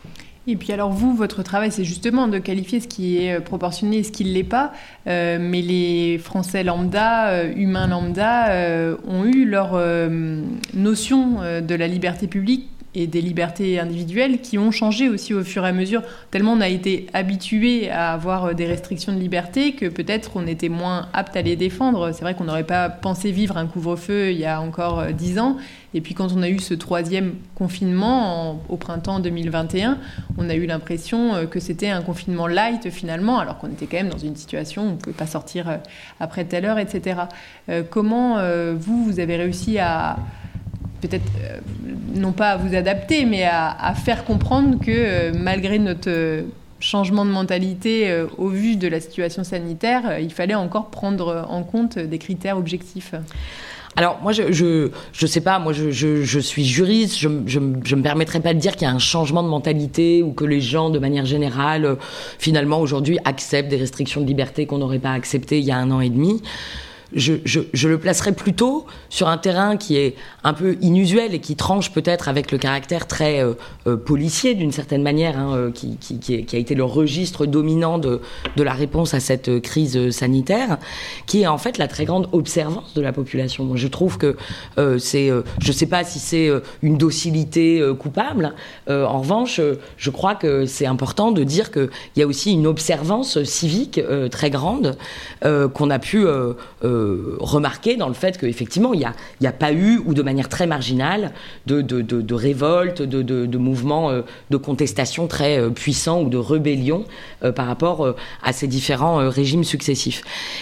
Et puis alors vous, votre travail, c'est justement de qualifier ce qui est proportionné et ce qui ne l'est pas. Euh, mais les Français lambda, euh, humains lambda, euh, ont eu leur euh, notion euh, de la liberté publique et des libertés individuelles qui ont changé aussi au fur et à mesure. Tellement on a été habitué à avoir des restrictions de liberté que peut-être on était moins apte à les défendre. C'est vrai qu'on n'aurait pas pensé vivre un couvre-feu il y a encore dix ans. Et puis quand on a eu ce troisième confinement en, au printemps deux mille vingt et un, on a eu l'impression que c'était un confinement light finalement, alors qu'on était quand même dans une situation où on ne pouvait pas sortir après telle heure, et cetera. Euh, comment euh, vous, vous avez réussi à... peut-être euh, non pas à vous adapter, mais à, à faire comprendre que euh, malgré notre euh, changement de mentalité euh, au vu de la situation sanitaire, euh, il fallait encore prendre en compte des critères objectifs? Alors moi je je je sais pas, moi je je, je suis juriste, je je je me permettrai pas de dire qu'il y a un changement de mentalité ou que les gens de manière générale euh, finalement aujourd'hui acceptent des restrictions de liberté qu'on n'aurait pas acceptées il y a un an et demi. Je, je, je le placerai plutôt sur un terrain qui est un peu inusuel et qui tranche peut-être avec le caractère très euh, euh, policier d'une certaine manière, hein, euh, qui, qui, qui, est, qui a été le registre dominant de, de la réponse à cette crise sanitaire, qui est en fait la très grande observance de la population. Moi, je trouve que euh, c'est, euh, je ne sais pas si c'est euh, une docilité euh, coupable. Euh, en revanche, euh, je crois que c'est important de dire qu'il y a aussi une observance civique euh, très grande euh, qu'on a pu euh, euh, remarquer dans le fait qu'effectivement, il n'y a, il y a pas eu, ou de manière très marginale, de, de, de, de révolte, de, de, de mouvements euh, de contestation très euh, puissants ou de rébellion euh, par rapport euh, à ces différents euh, régimes successifs.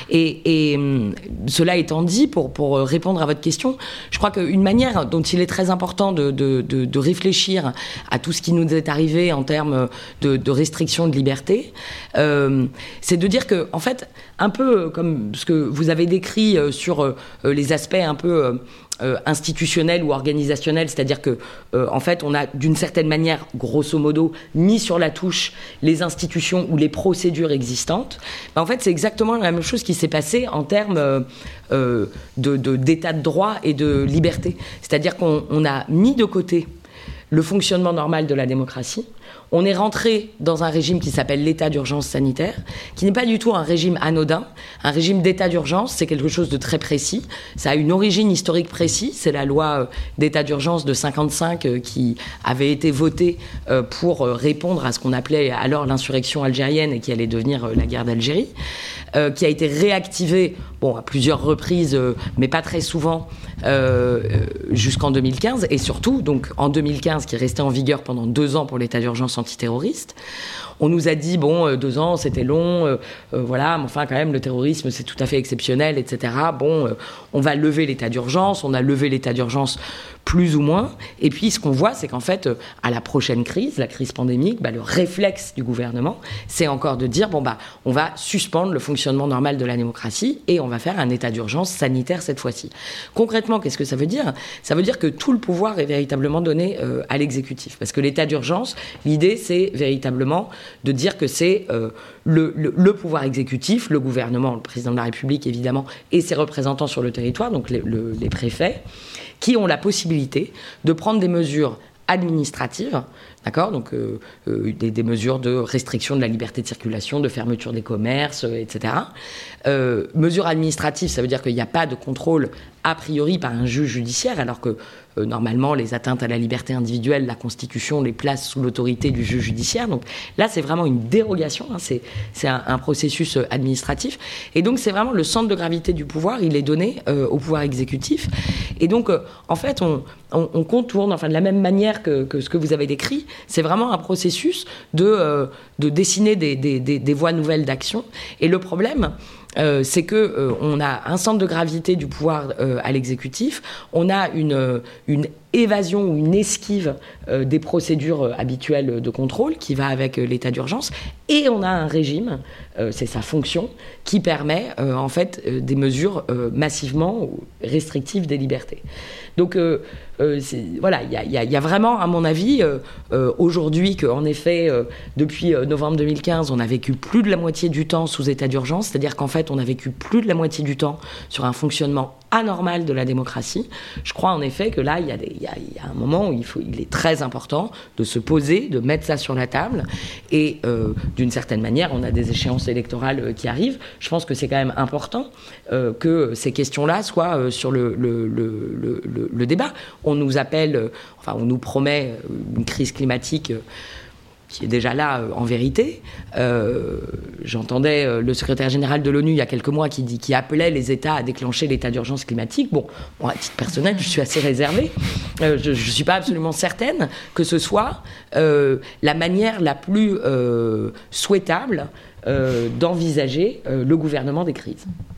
Et, et euh, cela étant dit, pour, pour répondre à votre question, je crois qu'une manière dont il est très important de, de, de, de réfléchir à tout ce qui nous est arrivé en termes de, de restrictions de liberté, euh, c'est de dire que, en fait, un peu comme ce que vous avez décrit euh, sur euh, les aspects un peu euh, euh, institutionnels ou organisationnels, c'est-à-dire que euh, en fait on a d'une certaine manière, grosso modo, mis sur la touche les institutions ou les procédures existantes. Ben, en fait c'est exactement la même chose qui s'est passée en termes euh, euh, de, de, d'état de droit et de liberté. C'est-à-dire qu'on on a mis de côté le fonctionnement normal de la démocratie. On est rentré dans un régime qui s'appelle l'état d'urgence sanitaire, qui n'est pas du tout un régime anodin. Un régime d'état d'urgence, c'est quelque chose de très précis. Ça a une origine historique précise. C'est la loi d'état d'urgence de cinquante-cinq qui avait été votée pour répondre à ce qu'on appelait alors l'insurrection algérienne et qui allait devenir la guerre d'Algérie, qui a été réactivée bon, à plusieurs reprises, mais pas très souvent, euh, jusqu'en deux mille quinze. Et surtout, donc, en deux mille quinze, qui est resté en vigueur pendant deux ans pour l'état d'urgence antiterroriste. On nous a dit, bon, euh, deux ans, c'était long, euh, euh, voilà, mais enfin, quand même, le terrorisme, c'est tout à fait exceptionnel, et cetera. Bon, euh, on va lever l'état d'urgence, on a levé l'état d'urgence plus ou moins. Et puis, ce qu'on voit, c'est qu'en fait, euh, à la prochaine crise, la crise pandémique, bah, le réflexe du gouvernement, c'est encore de dire, bon, bah, on va suspendre le fonctionnement normal de la démocratie et on va faire un état d'urgence sanitaire cette fois-ci. Concrètement, qu'est-ce que ça veut dire ? Ça veut dire que tout le pouvoir est véritablement donné euh, à l'exécutif. Parce que l'état d'urgence, l'idée, c'est véritablement de dire que c'est euh, le, le, le pouvoir exécutif, le gouvernement, le président de la République, évidemment, et ses représentants sur le territoire, donc les, le, les préfets, qui ont la possibilité de prendre des mesures administratives, d'accord, donc euh, euh, des, des mesures de restriction de la liberté de circulation, de fermeture des commerces, euh, et cetera. Euh, mesures administratives, ça veut dire qu'il n'y a pas de contrôle a priori par un juge judiciaire, alors que euh, normalement les atteintes à la liberté individuelle, la Constitution les place sous l'autorité du juge judiciaire. Donc là, c'est vraiment une dérogation, hein, c'est, c'est un, un processus administratif. Et donc c'est vraiment le centre de gravité du pouvoir, il est donné euh, au pouvoir exécutif. Et donc euh, en fait, on, on, on contourne, enfin de la même manière que, que ce que vous avez décrit, c'est vraiment un processus de, euh, de dessiner des, des, des, des voies nouvelles d'action. Et le problème, Euh, c'est que euh, on a un centre de gravité du pouvoir euh, à l'exécutif, on a une, euh, une évasion ou une esquive euh, des procédures euh, habituelles de contrôle qui va avec euh, l'état d'urgence, et on a un régime, euh, c'est sa fonction, qui permet euh, en fait euh, des mesures euh, massivement restrictives des libertés. Donc euh, euh, c'est, voilà, il y a, y, a, y a vraiment, à mon avis, euh, euh, aujourd'hui, qu'en effet, euh, depuis euh, novembre deux mille quinze, on a vécu plus de la moitié du temps sous état d'urgence, c'est-à-dire qu'en fait, on a vécu plus de la moitié du temps sur un fonctionnement anormal de la démocratie. Je crois en effet que là, il y a, des, il y a, il y a un moment où il, faut, il est très important de se poser, de mettre ça sur la table, et euh, d'une certaine manière, on a des échéances électorales euh, qui arrivent. Je pense que c'est quand même important euh, que ces questions-là soient euh, sur le, le, le, le, le, le débat. On nous appelle, euh, enfin, on nous promet une crise climatique euh, qui est déjà là euh, en vérité. Euh, j'entendais euh, le secrétaire général de l'ONU il y a quelques mois qui, dit, qui appelait les États à déclencher l'état d'urgence climatique. Bon, bon à titre personnel, je suis assez réservée. Euh, je ne suis pas absolument certaine que ce soit euh, la manière la plus euh, souhaitable euh, d'envisager euh, le gouvernement des crises.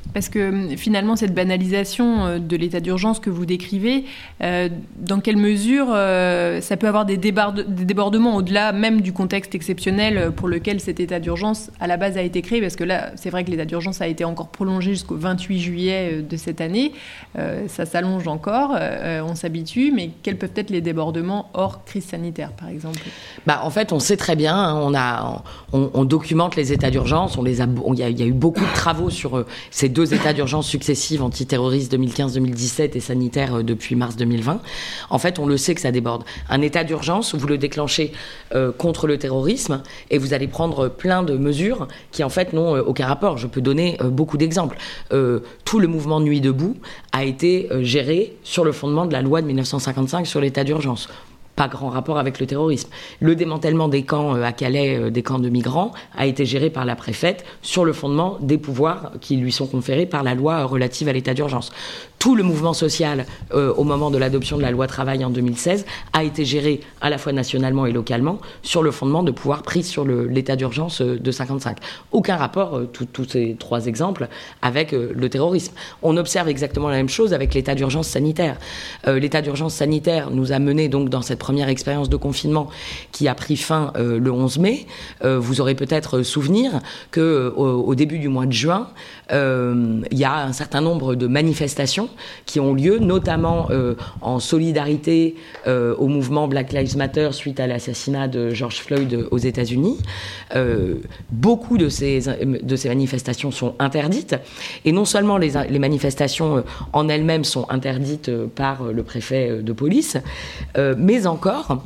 Parce que finalement, cette banalisation de l'état d'urgence que vous décrivez, euh, dans quelle mesure euh, ça peut avoir des, déborde- des débordements au-delà même du contexte exceptionnel pour lequel cet état d'urgence à la base a été créé? Parce que là, c'est vrai que l'état d'urgence a été encore prolongé jusqu'au vingt-huit juillet de cette année. Euh, ça s'allonge encore, euh, on s'habitue, mais quels peuvent être les débordements hors crise sanitaire, par exemple? Bah, en fait, on sait très bien, hein, on, a, on, on documente les états d'urgence, il y, a, y a eu beaucoup de travaux sur euh, ces deux deux états d'urgence successifs, antiterroristes deux mille quinze deux mille dix-sept et sanitaires depuis mars deux mille vingt. En fait, on le sait que ça déborde. Un état d'urgence, vous le déclenchez euh, contre le terrorisme et vous allez prendre plein de mesures qui, en fait, n'ont euh, aucun rapport. Je peux donner euh, beaucoup d'exemples. Euh, tout le mouvement Nuit debout a été euh, géré sur le fondement de la loi de mille neuf cent cinquante-cinq sur l'état d'urgence. Pas grand rapport avec le terrorisme. Le démantèlement des camps à Calais, des camps de migrants, a été géré par la préfète sur le fondement des pouvoirs qui lui sont conférés par la loi relative à l'état d'urgence. Tout le mouvement social, euh, au moment de l'adoption de la loi travail en deux mille seize, a été géré à la fois nationalement et localement sur le fondement de pouvoirs pris sur le, l'état d'urgence de cinquante-cinq. Aucun rapport, euh, tous ces trois exemples, avec euh, le terrorisme. On observe exactement la même chose avec l'état d'urgence sanitaire. Euh, l'état d'urgence sanitaire nous a mené donc dans cette première expérience de confinement qui a pris fin euh, le onze mai. Euh, vous aurez peut-être souvenir qu'au euh, au début du mois de juin, euh, il y a un certain nombre de manifestations qui ont lieu, notamment euh, en solidarité euh, au mouvement Black Lives Matter suite à l'assassinat de George Floyd aux États-Unis. Euh, beaucoup de ces, de ces manifestations sont interdites. Et non seulement les, les manifestations en elles-mêmes sont interdites par le préfet de police, euh, mais encore...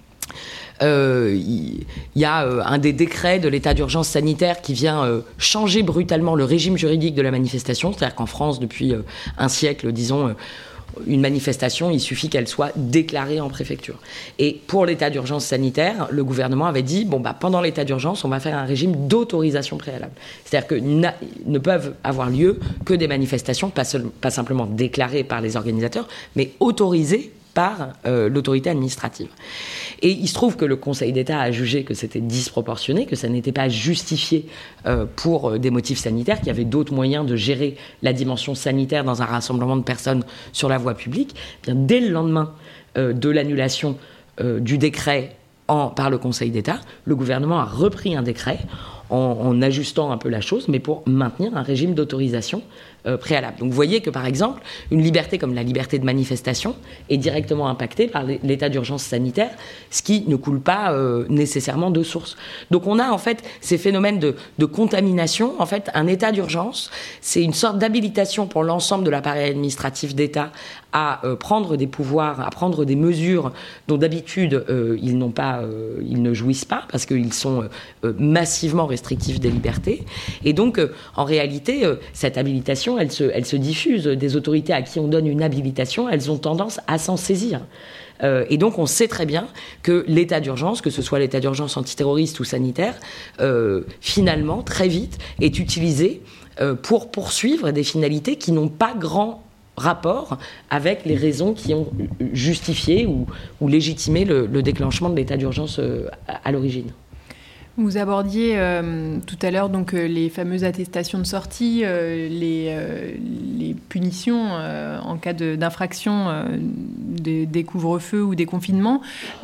Il euh, y, y a euh, un des décrets de l'état d'urgence sanitaire qui vient euh, changer brutalement le régime juridique de la manifestation. C'est-à-dire qu'en France, depuis euh, un siècle, disons, euh, une manifestation, il suffit qu'elle soit déclarée en préfecture. Et pour l'état d'urgence sanitaire, le gouvernement avait dit, bon, bah, pendant l'état d'urgence, on va faire un régime d'autorisation préalable. C'est-à-dire que na- ne peuvent avoir lieu que des manifestations, pas, seul, pas simplement déclarées par les organisateurs, mais autorisées par euh, l'autorité administrative. Et il se trouve que le Conseil d'État a jugé que c'était disproportionné, que ça n'était pas justifié euh, pour euh, des motifs sanitaires, qu'il y avait d'autres moyens de gérer la dimension sanitaire dans un rassemblement de personnes sur la voie publique. Bien, dès le lendemain euh, de l'annulation euh, du décret en, par le Conseil d'État, le gouvernement a repris un décret en, en ajustant un peu la chose, mais pour maintenir un régime d'autorisation Euh, préalable. Donc vous voyez que par exemple, une liberté comme la liberté de manifestation est directement impactée par l'état d'urgence sanitaire, ce qui ne coule pas euh, nécessairement de source. Donc on a en fait ces phénomènes de, de contamination. En fait, un état d'urgence, c'est une sorte d'habilitation pour l'ensemble de l'appareil administratif d'État à euh, prendre des pouvoirs, à prendre des mesures dont d'habitude euh, ils n'ont pas, euh, ils ne jouissent pas parce qu'ils sont euh, massivement restrictifs des libertés. Et donc, euh, en réalité, euh, cette habilitation Elle se, elle se diffuse. Des autorités à qui on donne une habilitation, elles ont tendance à s'en saisir. Euh, et donc, on sait très bien que l'état d'urgence, que ce soit l'état d'urgence antiterroriste ou sanitaire, euh, finalement, très vite, est utilisé euh, pour poursuivre des finalités qui n'ont pas grand rapport avec les raisons qui ont justifié ou, ou légitimé le, le déclenchement de l'état d'urgence euh, à, à l'origine. Vous abordiez euh, tout à l'heure donc euh, les fameuses attestations de sortie, euh, les, euh, les punitions euh, en cas de, d'infraction euh, des, des couvre-feux ou des confinements.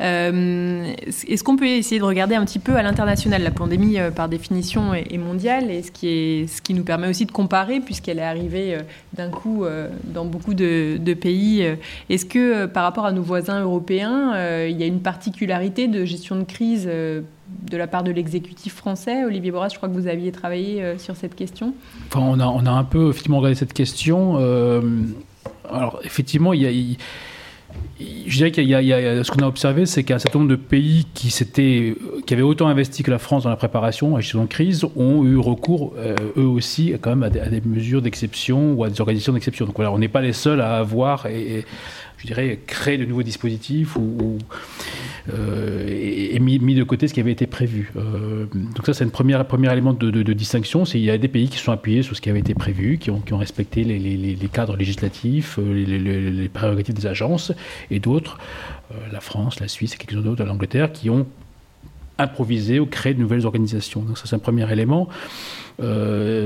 Euh, est-ce qu'on peut essayer de regarder un petit peu à l'international? La pandémie, euh, par définition, est, est mondiale, et ce qui, est, ce qui nous permet aussi de comparer, puisqu'elle est arrivée euh, d'un coup euh, dans beaucoup de, de pays. Est-ce que, euh, par rapport à nos voisins européens, euh, il y a une particularité de gestion de crise euh, de la part de l'exécutif français? Olivier Borras, je crois que vous aviez travaillé euh, sur cette question. Enfin, on a, on a un peu effectivement regardé cette question. Euh, alors, effectivement, il y a, il, je dirais qu'il y a, il y a, ce qu'on a observé, c'est qu'un certain nombre de pays qui, s'étaient, qui avaient autant investi que la France dans la préparation à la gestion de crise ont eu recours, euh, eux aussi, quand même à des, à des mesures d'exception ou à des organisations d'exception. Donc voilà, on n'est pas les seuls à avoir... Et, et, je dirais, créer de nouveaux dispositifs ou, ou euh, et, et mis, mis de côté ce qui avait été prévu. Euh, donc ça, c'est un premier, premier élément de, de, de distinction. C'est qu'il y a des pays qui sont appuyés sur ce qui avait été prévu, qui ont, qui ont respecté les, les, les cadres législatifs, les, les, les prérogatives des agences, et d'autres, euh, la France, la Suisse et quelques autres, l'Angleterre, qui ont improvisé ou créé de nouvelles organisations. Donc ça, c'est un premier élément. Euh,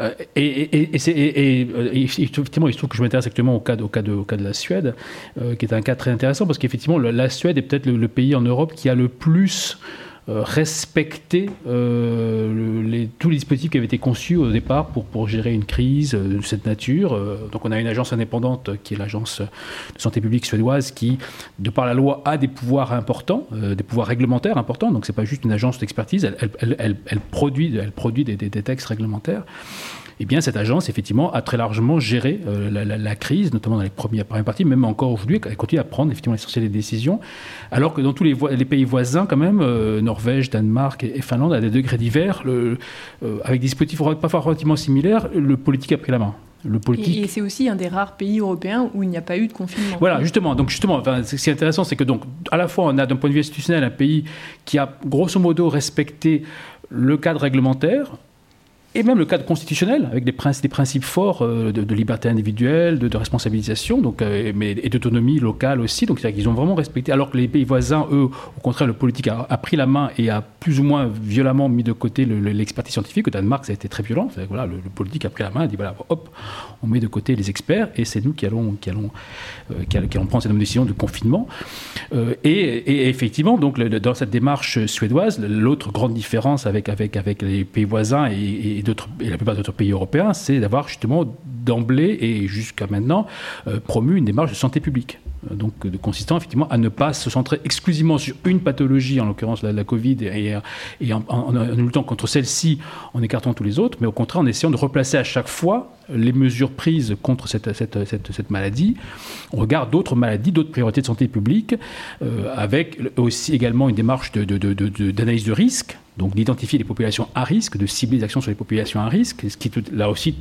Euh, et, et, et, c'est, et, et, et effectivement, il se trouve que je m'intéresse actuellement au cas de, au cas de, au cas de la Suède, euh, qui est un cas très intéressant parce qu'effectivement, le, la Suède est peut-être le, le pays en Europe qui a le plus euh, respecté euh, le, les, tous les dispositifs qui avaient été conçus au départ pour, pour gérer une crise euh, de cette nature. Euh, donc, on a une agence indépendante qui est l'agence de santé publique suédoise qui, de par la loi, a des pouvoirs importants, euh, des pouvoirs réglementaires importants. Donc, c'est pas juste une agence d'expertise. Elle, elle, elle, elle produit, elle produit des, des, des textes réglementaires. Eh bien, cette agence, effectivement, a très largement géré euh, la, la, la crise, notamment dans les premières, premières parties, même encore aujourd'hui, elle continue à prendre effectivement l'essentiel des décisions, alors que dans tous les, vo- les pays voisins, quand même, euh, Norvège, Danemark et, et Finlande, à des degrés divers, le, euh, avec des dispositifs pas relativement similaires, le politique a pris la main. Le politique... Et, et c'est aussi un des rares pays européens où il n'y a pas eu de confinement. Voilà, justement. Donc justement, enfin, ce qui est intéressant, c'est que donc, à la fois, on a d'un point de vue institutionnel un pays qui a grosso modo respecté le cadre réglementaire, et même le cadre constitutionnel, avec des principes, des principes forts euh, de, de liberté individuelle, de, de responsabilisation, donc, euh, mais, et d'autonomie locale aussi. Donc, c'est-à-dire qu'ils ont vraiment respecté, alors que les pays voisins, eux, au contraire, le politique a, a pris la main et a plus ou moins violemment mis de côté le, le, l'expertise scientifique. Au Danemark, ça a été très violent. Voilà, le, le politique a pris la main et dit, voilà, hop, on met de côté les experts et c'est nous qui allons, qui allons, euh, qui allons, qui allons prendre cette décision de confinement. Euh, et, et effectivement, donc, le, dans cette démarche suédoise, l'autre grande différence avec, avec, avec les pays voisins et, et et la plupart d'autres pays européens, c'est d'avoir justement d'emblée et jusqu'à maintenant euh, promu une démarche de santé publique. Donc, de consistant effectivement à ne pas se centrer exclusivement sur une pathologie, en l'occurrence la, la Covid, et, et en, en, en luttant contre celle-ci, en écartant tous les autres, mais au contraire en essayant de replacer à chaque fois les mesures prises contre cette, cette, cette, cette maladie. On regarde d'autres maladies, d'autres priorités de santé publique, euh, avec aussi également une démarche de, de, de, de, d'analyse de risque, donc d'identifier les populations à risque, de cibler les actions sur les populations à risque, ce qui est là aussi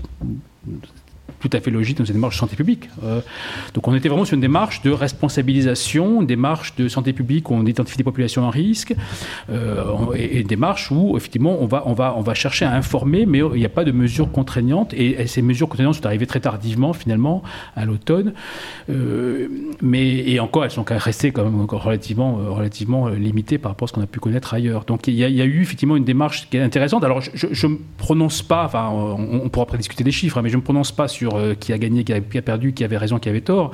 tout à fait logique dans cette démarche de santé publique. Euh, donc on était vraiment sur une démarche de responsabilisation, une démarche de santé publique où on identifie des populations à risque, euh, et, et une démarche où effectivement on va, on, va, on va chercher à informer, mais il n'y a pas de mesures contraignantes, et, et ces mesures contraignantes sont arrivées très tardivement finalement à l'automne, euh, mais, et encore elles sont restées quand même encore relativement, relativement limitées par rapport à ce qu'on a pu connaître ailleurs. Donc il y a, il y a eu effectivement une démarche qui est intéressante. Alors je ne me prononce pas, enfin on, on pourra après discuter des chiffres, hein, mais je ne me prononce pas sur qui a gagné, qui a, qui a perdu, qui avait raison, qui avait tort.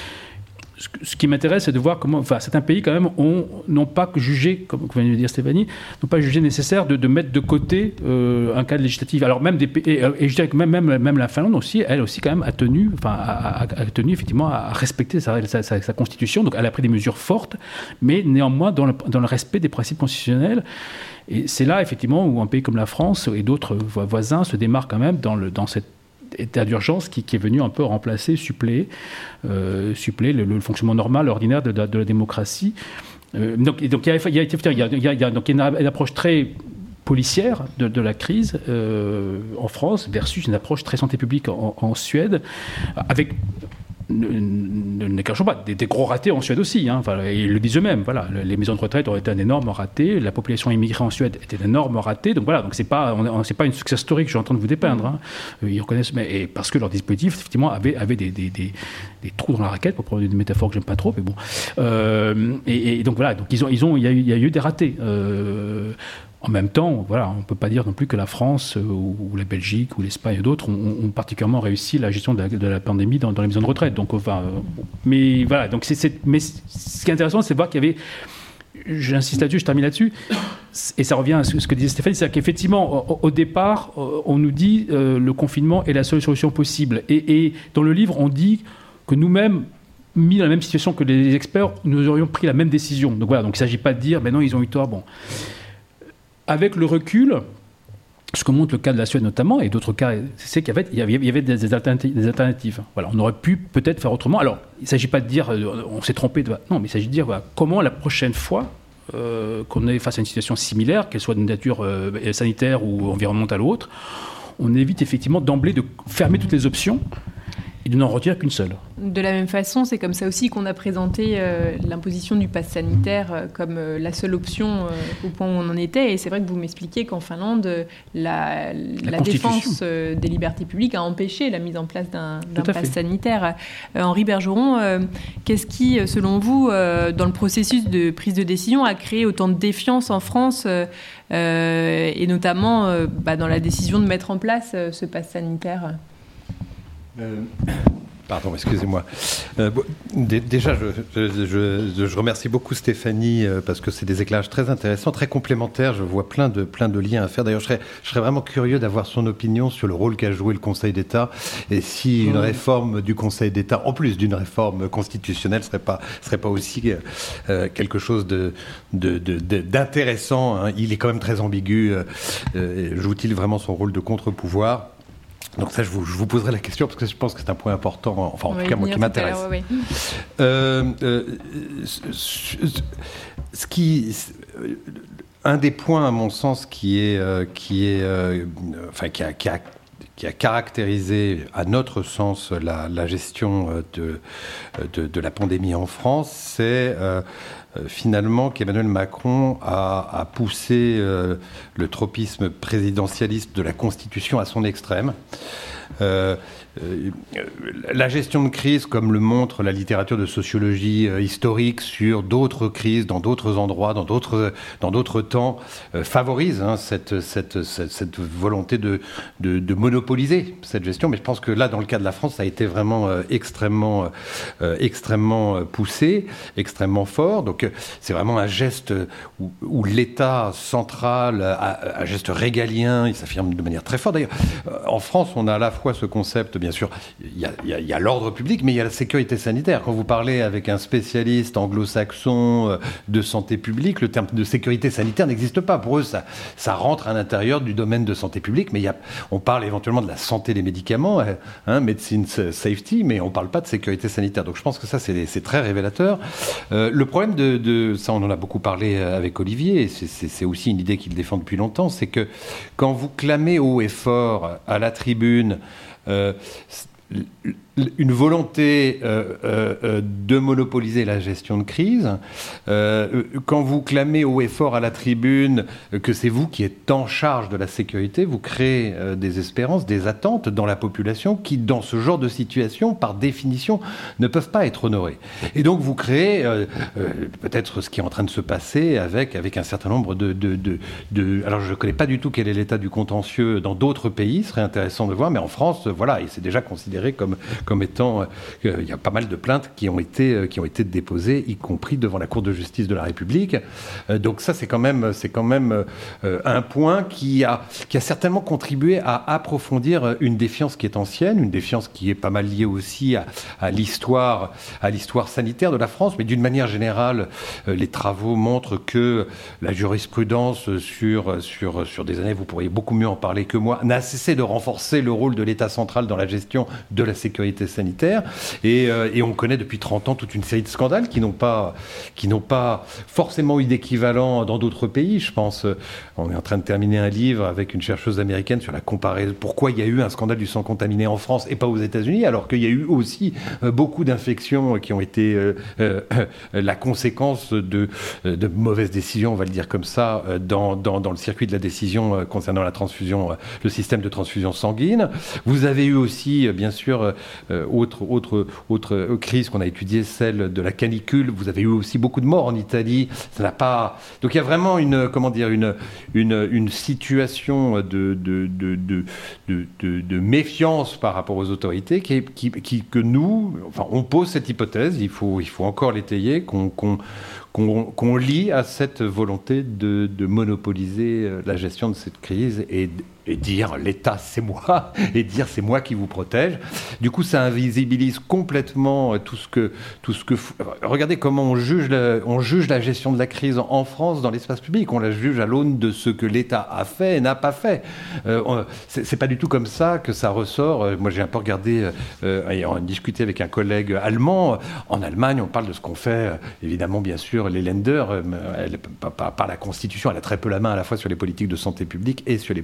Ce, ce qui m'intéresse, c'est de voir comment, enfin, certains pays quand même ont, n'ont pas jugé, comme vient de le dire Stéphanie, n'ont pas jugé nécessaire de, de mettre de côté euh, un cadre législatif. Alors même des pays, et, et je dirais que même, même, même la Finlande aussi, elle aussi quand même a tenu, enfin, a, a, a tenu effectivement à respecter sa, sa, sa, sa constitution. Donc elle a pris des mesures fortes, mais néanmoins dans le, dans le respect des principes constitutionnels. Et c'est là effectivement où un pays comme la France et d'autres voisins se démarquent quand même dans, le, dans cette état d'urgence qui, qui est venu un peu remplacer, suppléer, euh, suppléer le, le fonctionnement normal, ordinaire de, de, de la démocratie. Euh, donc, donc il y a, il y a, il y a, il y a, il y a donc une, une approche très policière de, de la crise euh, en France versus une approche très santé publique en, en Suède, avec ne, ne, ne cachons pas, des, des gros ratés en Suède aussi, hein. Enfin, ils le disent eux-mêmes. Voilà, les maisons de retraite ont été un énorme raté, la population immigrée en Suède était un énorme raté. Donc voilà, donc c'est pas, on, c'est pas une success story que je suis en train de vous dépeindre. Hein. Ils reconnaissent, mais et parce que leur dispositif effectivement avait, avait des, des, des, des trous dans la raquette, pour prendre une métaphore que j'aime pas trop, mais bon. Euh, et, et donc voilà, donc ils ont, ils ont, il y a eu, il y a eu des ratés. Euh, En même temps, voilà, on ne peut pas dire non plus que la France euh, ou, ou la Belgique ou l'Espagne et d'autres ont, ont particulièrement réussi la gestion de la, de la pandémie dans, dans les maisons de retraite. Donc, enfin, euh, mais voilà. Donc, c'est, c'est, mais ce qui est intéressant, c'est de voir qu'il y avait. J'insiste là-dessus, je termine là-dessus, et ça revient à ce que disait Stéphanie, c'est qu'effectivement, au, au départ, on nous dit euh, le confinement est la seule solution possible. Et, et dans le livre, on dit que nous-mêmes, mis dans la même situation que les experts, nous aurions pris la même décision. Donc voilà. Donc il ne s'agit pas de dire, ben non, ils ont eu tort. Bon. Avec le recul, ce que montre le cas de la Suède notamment, et d'autres cas, c'est qu'il y avait, il y avait, il y avait des, alternatives, des alternatives. Voilà, on aurait pu peut-être faire autrement. Alors, il ne s'agit pas de dire euh, on s'est trompé. De... Non, mais il s'agit de dire voilà, comment la prochaine fois euh, qu'on est face à une situation similaire, qu'elle soit de nature euh, sanitaire ou environnementale ou autre, on évite effectivement d'emblée de fermer toutes les options et de n'en retirer qu'une seule. De la même façon, c'est comme ça aussi qu'on a présenté euh, l'imposition du pass sanitaire euh, comme euh, la seule option euh, au point où on en était. Et c'est vrai que vous m'expliquez qu'en Finlande, la, la, la défense euh, des libertés publiques a empêché la mise en place d'un, d'un pass fait. sanitaire. Euh, Henri Bergeron, euh, qu'est-ce qui, selon vous, euh, dans le processus de prise de décision, a créé autant de défiance en France euh, euh, et notamment euh, bah, dans la décision de mettre en place euh, ce pass sanitaire ? Euh, pardon, excusez-moi. Euh, d- déjà, je, je, je, je remercie beaucoup Stéphanie euh, parce que c'est des éclairages très intéressants, très complémentaires. Je vois plein de, plein de liens à faire. D'ailleurs, je serais, je serais vraiment curieux d'avoir son opinion sur le rôle qu'a joué le Conseil d'État et si une réforme du Conseil d'État, en plus d'une réforme constitutionnelle, serait pas, serait pas aussi euh, quelque chose de, de, de, de, d'intéressant. Hein. Il est quand même très ambigu. Euh, joue-t-il vraiment son rôle de contre-pouvoir ? Donc ça, je vous, je vous poserai la question parce que je pense que c'est un point important, enfin en tout cas moi qui m'intéresse. Oui, oui. Euh, euh, ce, ce qui, un des points à mon sens qui est, euh, qui est, euh, enfin qui a, qui a qui a caractérisé, à notre sens, la, la gestion de, de, de la pandémie en France, c'est euh, finalement qu'Emmanuel Macron a, a poussé euh, le tropisme présidentialiste de la Constitution à son extrême. Euh, euh, la gestion de crise, comme le montre la littérature de sociologie euh, historique sur d'autres crises, dans d'autres endroits, dans d'autres, dans d'autres temps, euh, favorise hein, cette, cette, cette, cette volonté de, de, de monopoliser cette gestion. Mais je pense que là, dans le cas de la France, ça a été vraiment euh, extrêmement, euh, extrêmement poussé, extrêmement fort. Donc euh, c'est vraiment un geste où, où l'État central, a, un geste régalien, il s'affirme de manière très forte. D'ailleurs, euh, en France, on a à la fois ce concept, bien sûr, il y a, il y a, il y a l'ordre public, mais il y a la sécurité sanitaire. Quand vous parlez avec un spécialiste anglo-saxon de santé publique, le terme de sécurité sanitaire n'existe pas. Pour eux, ça, ça rentre à l'intérieur du domaine de santé publique, mais il y a, on parle éventuellement de la santé des médicaments, hein, medicine safety, mais on ne parle pas de sécurité sanitaire. Donc je pense que ça, c'est, c'est très révélateur. Euh, le problème de, de... Ça, on en a beaucoup parlé avec Olivier, et c'est, c'est, c'est aussi une idée qu'il défend depuis longtemps, c'est que quand vous clamez haut et fort à la tribune Euh, une volonté euh, euh, de monopoliser la gestion de crise. Euh, quand vous clamez haut et fort à la tribune que c'est vous qui êtes en charge de la sécurité, vous créez euh, des espérances, des attentes dans la population qui, dans ce genre de situation, par définition, ne peuvent pas être honorées. Et donc vous créez euh, euh, peut-être ce qui est en train de se passer avec, avec un certain nombre de, de, de, de... Alors je ne connais pas du tout quel est l'état du contentieux dans d'autres pays, ce serait intéressant de voir, mais en France, voilà, et c'est déjà considéré comme comme étant, euh, il y a pas mal de plaintes qui ont été euh, qui ont été déposées, y compris devant la Cour de justice de la République. Euh, donc ça, c'est quand même c'est quand même euh, un point qui a qui a certainement contribué à approfondir une défiance qui est ancienne, une défiance qui est pas mal liée aussi à, à l'histoire à l'histoire sanitaire de la France, mais d'une manière générale, euh, les travaux montrent que la jurisprudence sur sur sur des années, vous pourriez beaucoup mieux en parler que moi, n'a cessé de renforcer le rôle de l'État central dans la gestion de la sécurité sanitaire, et, euh, et on connaît depuis trente ans toute une série de scandales qui n'ont pas, qui n'ont pas forcément eu d'équivalent dans d'autres pays. Je pense, euh, on est en train de terminer un livre avec une chercheuse américaine sur la comparaison, pourquoi il y a eu un scandale du sang contaminé en France et pas aux États-Unis, alors qu'il y a eu aussi euh, beaucoup d'infections qui ont été euh, euh, la conséquence de, de mauvaises décisions, on va le dire comme ça, dans, dans, dans le circuit de la décision concernant la transfusion, le système de transfusion sanguine. Vous avez eu aussi, bien sûr, Euh, autre, autre, autre crise qu'on a étudiée, celle de la canicule. Vous avez eu aussi beaucoup de morts en Italie. Ça n'a pas... Donc il y a vraiment une, comment dire, une, une, une situation de, de, de, de, de, de, de méfiance par rapport aux autorités qui, qui, qui, que nous, enfin, on pose cette hypothèse, il faut, il faut encore l'étayer, qu'on, qu'on, qu'on, qu'on lie à cette volonté de, de monopoliser la gestion de cette crise et et dire l'État c'est moi, et dire c'est moi qui vous protège. Du coup, ça invisibilise complètement tout ce que... Tout ce que regardez comment on juge, la, on juge la gestion de la crise en France dans l'espace public. On la juge à l'aune de ce que l'État a fait et n'a pas fait. Euh, on, c'est, c'est pas du tout comme ça que ça ressort. Moi, j'ai un peu regardé euh, et on a discuté avec un collègue allemand. En Allemagne, on parle de ce qu'on fait, évidemment, bien sûr, les Länder, elle, par, par la Constitution, elle a très peu la main à la fois sur les politiques de santé publique et sur les politiques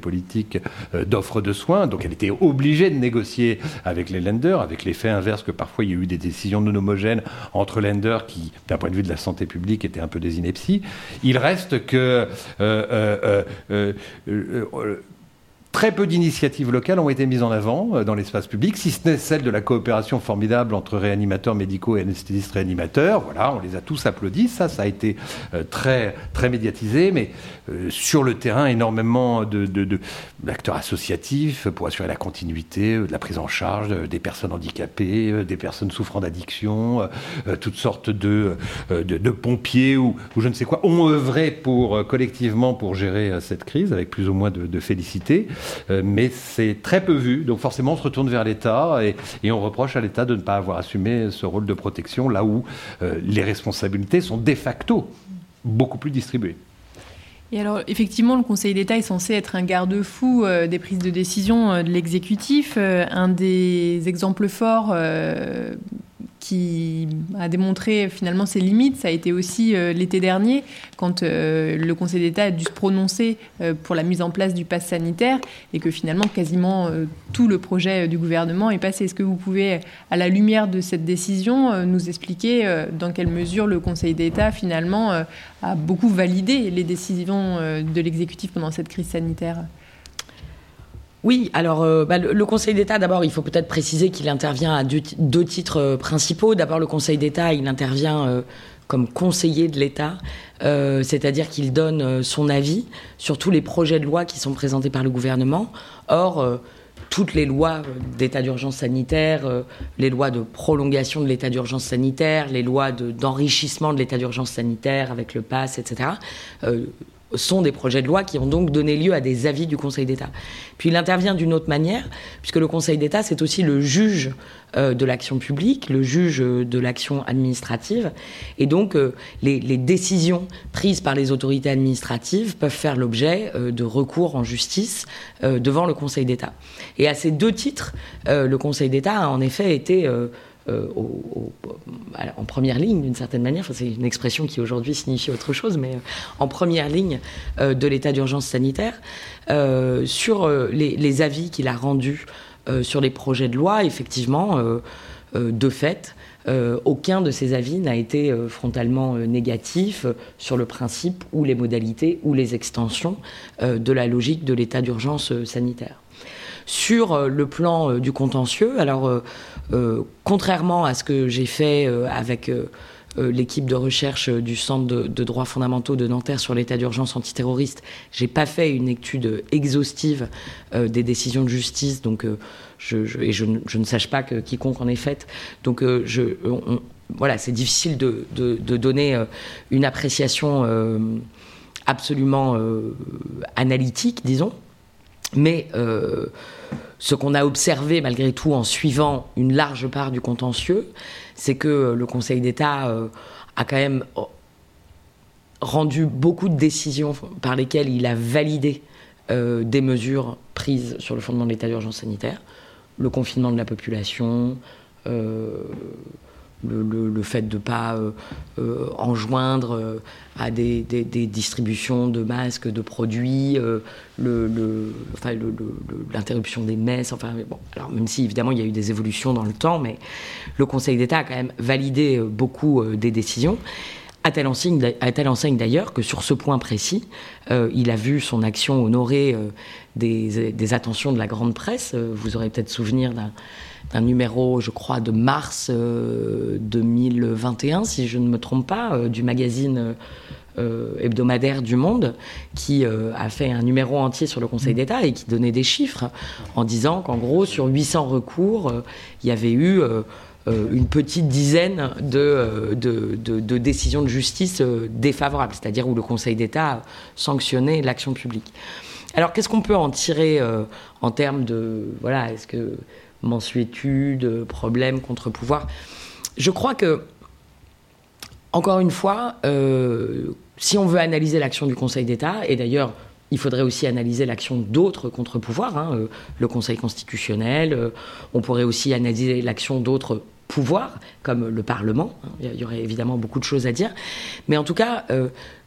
publique euh, d'offres de soins. Donc elle était obligée de négocier avec les lenders, avec l'effet inverse que parfois il y a eu des décisions non homogènes entre lenders qui, d'un point de vue de la santé publique, étaient un peu des inepties. Il reste que euh, euh, euh, euh, euh, très peu d'initiatives locales ont été mises en avant dans l'espace public, si ce n'est celle de la coopération formidable entre réanimateurs médicaux et anesthésistes réanimateurs. Voilà, on les a tous applaudis. Ça, ça a été euh, très, très médiatisé. Mais euh, sur le terrain, énormément de, de, de, d'acteurs associatifs pour assurer la continuité de la prise en charge des personnes handicapées, des personnes souffrant d'addiction, euh, toutes sortes de, de, de pompiers ou, ou je ne sais quoi, ont œuvré pour, collectivement pour gérer cette crise avec plus ou moins de, de félicité. Euh, mais c'est très peu vu, donc forcément on se retourne vers l'État et, et on reproche à l'État de ne pas avoir assumé ce rôle de protection là où euh, les responsabilités sont de facto beaucoup plus distribuées. Et alors, effectivement, le Conseil d'État est censé être un garde-fou euh, des prises de décision euh, de l'exécutif. Euh, un des exemples forts euh, qui a démontré finalement ses limites, ça a été aussi euh, l'été dernier, quand euh, le Conseil d'État a dû se prononcer euh, pour la mise en place du pass sanitaire et que finalement quasiment euh, tout le projet du gouvernement est passé. Est-ce que vous pouvez, à la lumière de cette décision, euh, nous expliquer euh, dans quelle mesure le Conseil d'État finalement euh, a beaucoup validé les décisions euh, de l'exécutif pendant cette crise sanitaire ? Oui, alors euh, bah, le, le Conseil d'État, d'abord, il faut peut-être préciser qu'il intervient à deux, deux titres euh, principaux. D'abord, le Conseil d'État, il intervient euh, comme conseiller de l'État, euh, c'est-à-dire qu'il donne euh, son avis sur tous les projets de loi qui sont présentés par le gouvernement. Or, euh, toutes les lois d'état d'urgence sanitaire, euh, les lois de prolongation de l'état d'urgence sanitaire, les lois de, d'enrichissement de l'état d'urgence sanitaire avec le pass, et cetera, euh, sont des projets de loi qui ont donc donné lieu à des avis du Conseil d'État. Puis il intervient d'une autre manière, puisque le Conseil d'État, c'est aussi le juge euh, de l'action publique, le juge de l'action administrative, et donc euh, les, les décisions prises par les autorités administratives peuvent faire l'objet euh, de recours en justice euh, devant le Conseil d'État. Et à ces deux titres, euh, le Conseil d'État a en effet été... Euh, Euh, au, au, en première ligne d'une certaine manière, enfin, c'est une expression qui aujourd'hui signifie autre chose, mais euh, en première ligne euh, de l'état d'urgence sanitaire, euh, sur euh, les, les avis qu'il a rendus euh, sur les projets de loi. Effectivement, euh, euh, de fait, euh, aucun de ces avis n'a été euh, frontalement euh, négatif euh, sur le principe ou les modalités ou les extensions euh, de la logique de l'état d'urgence euh, sanitaire. Sur euh, le plan euh, du contentieux, alors euh, euh, contrairement à ce que j'ai fait euh, avec euh, euh, l'équipe de recherche euh, du Centre de, de droits fondamentaux de Nanterre sur l'état d'urgence antiterroriste, j'ai pas fait une étude exhaustive euh, des décisions de justice, donc euh, je, je, et je, je ne sache pas que quiconque en ait fait. Donc euh, je, on, voilà, c'est difficile de, de, de donner euh, une appréciation euh, absolument euh, analytique, disons. Mais euh, ce qu'on a observé malgré tout en suivant une large part du contentieux, c'est que le Conseil d'État euh, a quand même rendu beaucoup de décisions par lesquelles il a validé euh, des mesures prises sur le fondement de l'état d'urgence sanitaire, le confinement de la population, euh, Le, le, le fait de ne pas euh, euh, enjoindre euh, à des, des, des distributions de masques, de produits, euh, le, le, enfin, le, le, l'interruption des messes. Enfin, bon, alors même si évidemment il y a eu des évolutions dans le temps, mais le Conseil d'État a quand même validé euh, beaucoup euh, des décisions. À telle enseigne, à telle enseigne d'ailleurs que sur ce point précis, euh, il a vu son action honorer euh, des, des attentions de la grande presse. Euh, vous aurez peut-être souvenir d'un un numéro, je crois, de mars euh, deux mille vingt et un, si je ne me trompe pas, euh, du magazine euh, hebdomadaire du Monde, qui euh, a fait un numéro entier sur le Conseil d'État et qui donnait des chiffres en disant qu'en gros, sur huit cents recours, euh, il y avait eu euh, euh, une petite dizaine de, de, de, de décisions de justice euh, défavorables, c'est-à-dire où le Conseil d'État sanctionnait l'action publique. Alors, qu'est-ce qu'on peut en tirer euh, en termes de... Voilà, est-ce que... mensuétude, problème, contre-pouvoir. Je crois que, encore une fois, euh, si on veut analyser l'action du Conseil d'État, et d'ailleurs, il faudrait aussi analyser l'action d'autres contre-pouvoirs, hein, euh, le Conseil constitutionnel, euh, on pourrait aussi analyser l'action d'autres pouvoirs, comme le Parlement, hein, il y aurait évidemment beaucoup de choses à dire, mais en tout cas, euh,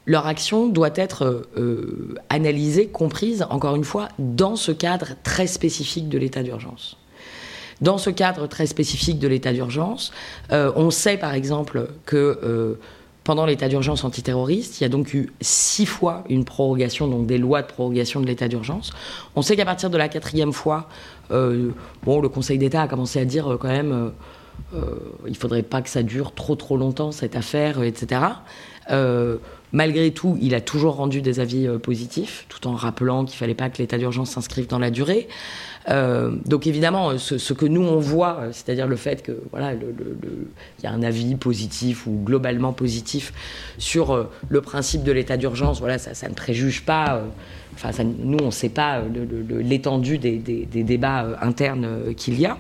leur action doit être euh, analysée, comprise, encore une fois, dans ce cadre très spécifique de l'état d'urgence. Dans ce cadre très spécifique de l'état d'urgence, euh, on sait par exemple que euh, pendant l'état d'urgence antiterroriste, il y a donc eu six fois une prorogation, donc des lois de prorogation de l'état d'urgence. On sait qu'à partir de la quatrième fois, euh, bon, le Conseil d'État a commencé à dire euh, quand même, euh, euh, il ne faudrait pas que ça dure trop trop longtemps cette affaire, et cetera. Euh, malgré tout, il a toujours rendu des avis euh, positifs, tout en rappelant qu'il ne fallait pas que l'état d'urgence s'inscrive dans la durée. Euh, donc évidemment, ce, ce que nous on voit, c'est-à-dire le fait que voilà, le, le, le, y a un avis positif ou globalement positif sur euh, le principe de l'état d'urgence, voilà, ça, ça ne préjuge pas. Euh, enfin, ça, nous on ne sait pas le, le, l'étendue des, des, des débats euh, internes euh, qu'il y a.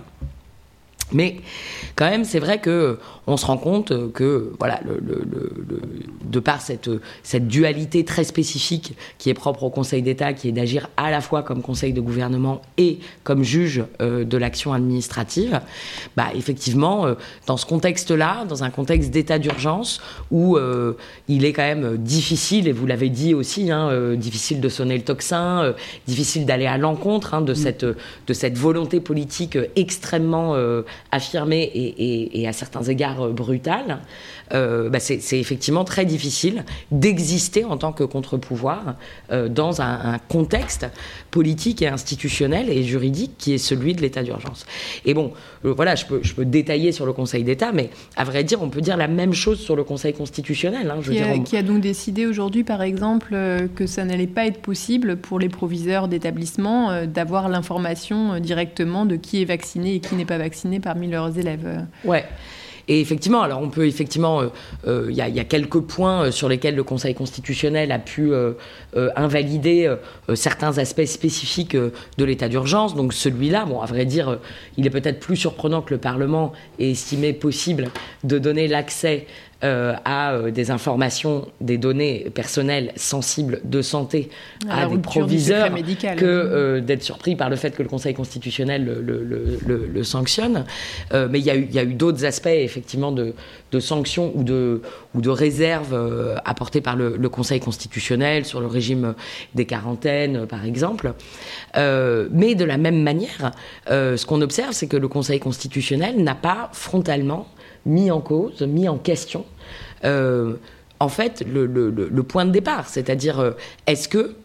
Mais quand même, c'est vrai qu'on se rend compte que, voilà, le, le, le, de par cette, cette dualité très spécifique qui est propre au Conseil d'État, qui est d'agir à la fois comme Conseil de gouvernement et comme juge euh, de l'action administrative, bah, effectivement, euh, dans ce contexte-là, dans un contexte d'état d'urgence, où euh, il est quand même difficile, et vous l'avez dit aussi, hein, euh, difficile de sonner le tocsin, euh, difficile d'aller à l'encontre hein, de, mmh. cette, de cette volonté politique extrêmement... Euh, affirmée et, et, et à certains égards brutale, euh, bah c'est, c'est effectivement très difficile d'exister en tant que contre-pouvoir euh, dans un, un contexte politique et institutionnel et juridique qui est celui de l'état d'urgence. Et bon, euh, voilà, je peux, je peux détailler sur le Conseil d'État, mais à vrai dire, on peut dire la même chose sur le Conseil constitutionnel. Hein, je qui, veux a, dire, on... qui a donc décidé aujourd'hui, par exemple, euh, que ça n'allait pas être possible pour les proviseurs d'établissements euh, d'avoir l'information euh, directement de qui est vacciné et qui n'est pas vacciné parmi leurs élèves. Ouais. Et effectivement, alors on peut effectivement, il euh, euh, y, y a quelques points sur lesquels le Conseil constitutionnel a pu euh, euh, invalider euh, certains aspects spécifiques euh, de l'état d'urgence. Donc celui-là, bon, à vrai dire, euh, il est peut-être plus surprenant que le Parlement ait estimé possible de donner l'accès Euh, à euh, des informations, des données personnelles sensibles de santé à, à des proviseurs que euh, d'être surpris par le fait que le Conseil constitutionnel le, le, le, le sanctionne. Euh, mais il y a eu, il y a eu d'autres aspects effectivement de, de sanctions ou de, ou de réserves euh, apportées par le, le Conseil constitutionnel sur le régime des quarantaines, par exemple. Euh, mais de la même manière, euh, ce qu'on observe, c'est que le Conseil constitutionnel n'a pas frontalement mis en cause, mis en question, euh, en fait, le, le, le point de départ. C'est-à-dire, euh, est-ce que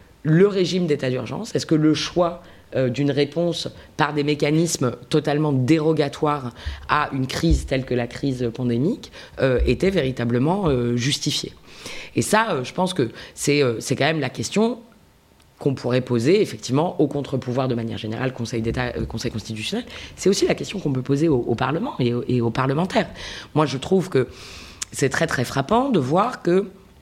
le régime d'état d'urgence, est-ce que le choix euh, d'une réponse par des mécanismes totalement dérogatoires à une crise telle que la crise pandémique euh, était véritablement euh, justifié ? Et ça, euh, je pense que c'est, euh, c'est quand même la question qu'on pourrait poser effectivement au contre-pouvoir de manière générale, Conseil d'État, euh, Conseil constitutionnel. C'est aussi la question qu'on peut poser au, au Parlement et, au, et aux parlementaires. Moi, je trouve que c'est très très frappant de voir que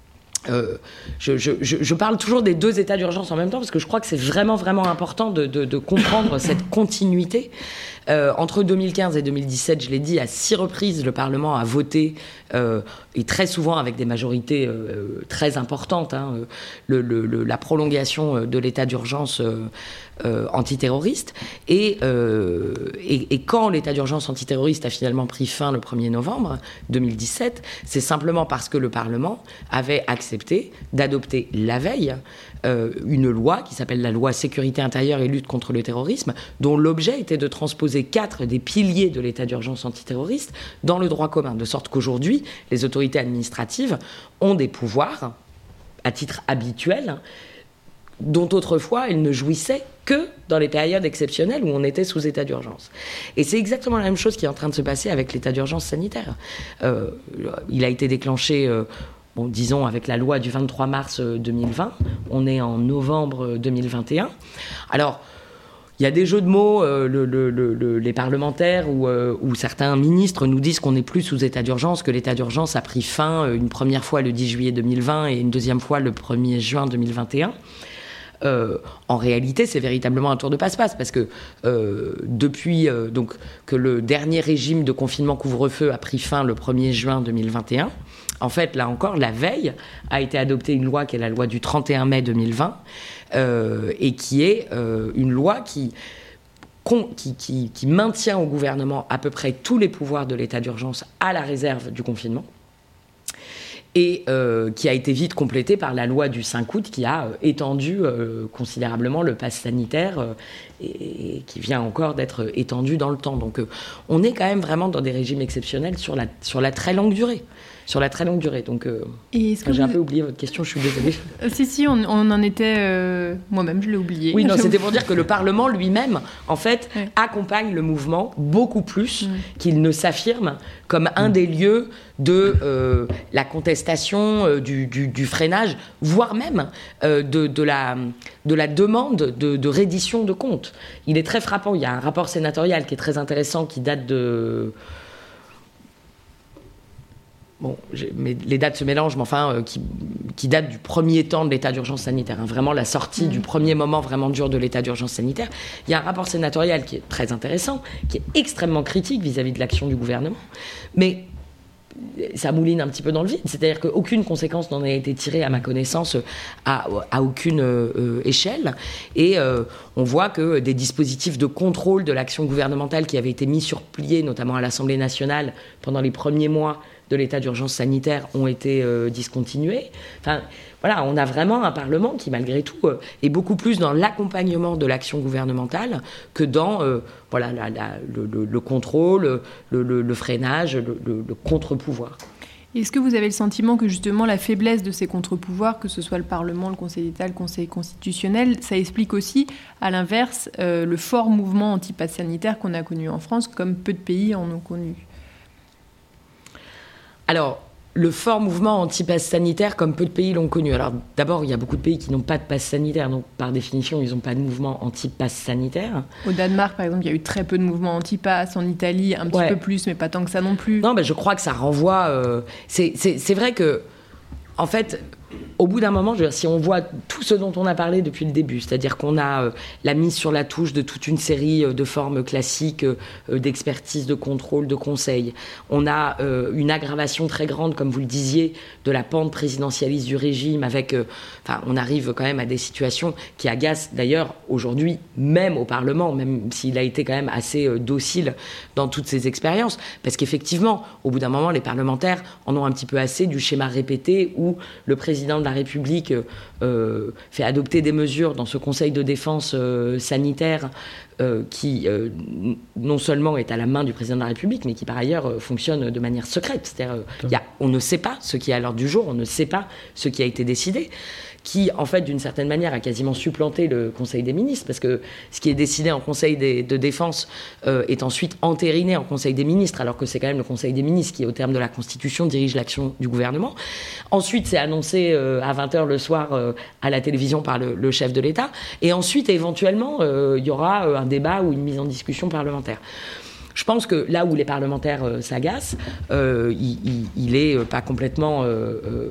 Euh, je, je, je parle toujours des deux états d'urgence en même temps parce que je crois que c'est vraiment vraiment important de, de, de comprendre cette continuité. Euh, entre deux mille quinze et deux mille dix-sept, je l'ai dit, à six reprises, le Parlement a voté, euh, et très souvent avec des majorités euh, très importantes, hein, le, le, le, la prolongation de l'état d'urgence euh, euh, antiterroriste. Et, euh, et, et quand l'état d'urgence antiterroriste a finalement pris fin le premier novembre deux mille dix-sept, c'est simplement parce que le Parlement avait accepté d'adopter la veille euh, une loi qui s'appelle la loi sécurité intérieure et lutte contre le terrorisme, dont l'objet était de transposer quatre des piliers de l'état d'urgence antiterroriste dans le droit commun, de sorte qu'aujourd'hui, les autorités administratives ont des pouvoirs, à titre habituel, dont autrefois elles ne jouissaient que dans les périodes exceptionnelles où on était sous état d'urgence. Et c'est exactement la même chose qui est en train de se passer avec l'état d'urgence sanitaire. Euh, il a été déclenché... Euh, Bon, disons, avec la loi du vingt-trois mars deux mille vingt, on est en novembre deux mille vingt et un. Alors, il y a des jeux de mots, euh, le, le, le, les parlementaires ou, euh, ou certains ministres nous disent qu'on n'est plus sous état d'urgence, que l'état d'urgence a pris fin euh, une première fois le dix juillet deux mille vingt et une deuxième fois le premier juin deux mille vingt et un. Euh, en réalité, c'est véritablement un tour de passe-passe parce que euh, depuis euh, donc, que le dernier régime de confinement couvre-feu a pris fin le premier juin deux mille vingt et un, en fait, là encore, la veille a été adoptée une loi qui est la loi du trente et un mai deux mille vingt euh, et qui est euh, une loi qui, qui, qui, qui maintient au gouvernement à peu près tous les pouvoirs de l'état d'urgence à la réserve du confinement. et euh, qui a été vite complété par la loi du cinq août qui a euh, étendu euh, considérablement le pass sanitaire euh, et, et qui vient encore d'être étendu dans le temps. Donc euh, on est quand même vraiment dans des régimes exceptionnels sur la, sur la très longue durée. Sur la très longue durée. Donc, euh, et est-ce que j'ai vous... un peu oublié votre question, je suis désolée. Euh, si, si, on, on en était... Euh... Moi-même, je l'ai oublié. Oui, non, c'était pour dire que le Parlement lui-même, en fait, ouais. accompagne le mouvement beaucoup plus mmh. qu'il ne s'affirme comme un mmh. des lieux de euh, la contestation, euh, du, du, du freinage, voire même euh, de, de, la, de la demande de, de reddition de comptes. Il est très frappant. Il y a un rapport sénatorial qui est très intéressant, qui date de... Bon, mais les dates se mélangent, mais enfin, euh, qui, qui date du premier temps de l'état d'urgence sanitaire, hein, vraiment la sortie mmh. du premier moment vraiment dur de l'état d'urgence sanitaire. Il y a un rapport sénatorial qui est très intéressant, qui est extrêmement critique vis-à-vis de l'action du gouvernement, mais ça mouline un petit peu dans le vide, c'est-à-dire qu'aucune conséquence n'en a été tirée, à ma connaissance, à, à aucune euh, échelle, et euh, on voit que des dispositifs de contrôle de l'action gouvernementale qui avaient été mis sur pied, notamment à l'Assemblée nationale, pendant les premiers mois de l'état d'urgence sanitaire ont été euh, discontinués. Enfin, voilà, on a vraiment un Parlement qui, malgré tout, euh, est beaucoup plus dans l'accompagnement de l'action gouvernementale que dans euh, voilà, la, la, le, le, le contrôle, le, le, le freinage, le, le, le contre-pouvoir. Est-ce que vous avez le sentiment que justement la faiblesse de ces contre-pouvoirs, que ce soit le Parlement, le Conseil d'État, le Conseil constitutionnel, ça explique aussi, à l'inverse, euh, le fort mouvement anti-pass sanitaire qu'on a connu en France, comme peu de pays en ont connu ? Alors, le fort mouvement anti-pass sanitaire, comme peu de pays l'ont connu. Alors, d'abord, il y a beaucoup de pays qui n'ont pas de pass sanitaire, donc par définition, ils n'ont pas de mouvement anti-pass sanitaire. Au Danemark, par exemple, il y a eu très peu de mouvements anti-pass. En Italie, un petit ouais. peu plus, mais pas tant que ça non plus. Non, mais je crois que ça renvoie... Euh, c'est, c'est, c'est vrai que, en fait... Au bout d'un moment, je veux dire, si on voit tout ce dont on a parlé depuis le début, c'est-à-dire qu'on a euh, la mise sur la touche de toute une série euh, de formes classiques euh, d'expertise, de contrôle, de conseil, on a euh, une aggravation très grande, comme vous le disiez, de la pente présidentialiste du régime, avec, euh, enfin, on arrive quand même à des situations qui agacent d'ailleurs aujourd'hui, même au Parlement, même s'il a été quand même assez euh, docile dans toutes ces expériences, parce qu'effectivement, au bout d'un moment, les parlementaires en ont un petit peu assez du schéma répété où le président président de la République euh, fait adopter des mesures dans ce Conseil de défense euh, sanitaire euh, qui euh, non seulement est à la main du président de la République, mais qui par ailleurs euh, fonctionne de manière secrète. C'est-à-dire, euh, y a, on ne sait pas ce qui est à l'ordre du jour, on ne sait pas ce qui a été décidé, qui, en fait, d'une certaine manière, a quasiment supplanté le Conseil des ministres, parce que ce qui est décidé en Conseil des, de défense euh, est ensuite entériné en Conseil des ministres, alors que c'est quand même le Conseil des ministres qui, au terme de la Constitution, dirige l'action du gouvernement. Ensuite, c'est annoncé euh, à vingt heures le soir euh, à la télévision par le, le chef de l'État, et ensuite, éventuellement, euh, il y aura euh, un débat ou une mise en discussion parlementaire. Je pense que là où les parlementaires euh, s'agacent, euh, il, il, il est pas complètement... Euh, euh,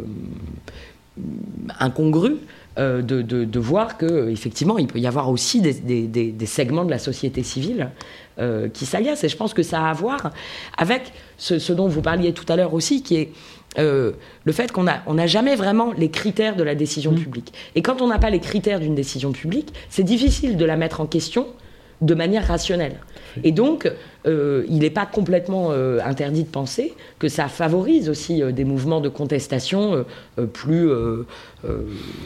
incongru euh, de, de, de voir qu'effectivement, il peut y avoir aussi des, des, des, des segments de la société civile euh, qui s'agacent. Et je pense que ça a à voir avec ce, ce dont vous parliez tout à l'heure aussi, qui est euh, le fait qu'on n'a on a jamais vraiment les critères de la décision mmh. publique. Et quand on n'a pas les critères d'une décision publique, c'est difficile de la mettre en question de manière rationnelle. Et donc, euh, il n'est pas complètement euh, interdit de penser que ça favorise aussi euh, des mouvements de contestation euh, euh, plus euh, euh,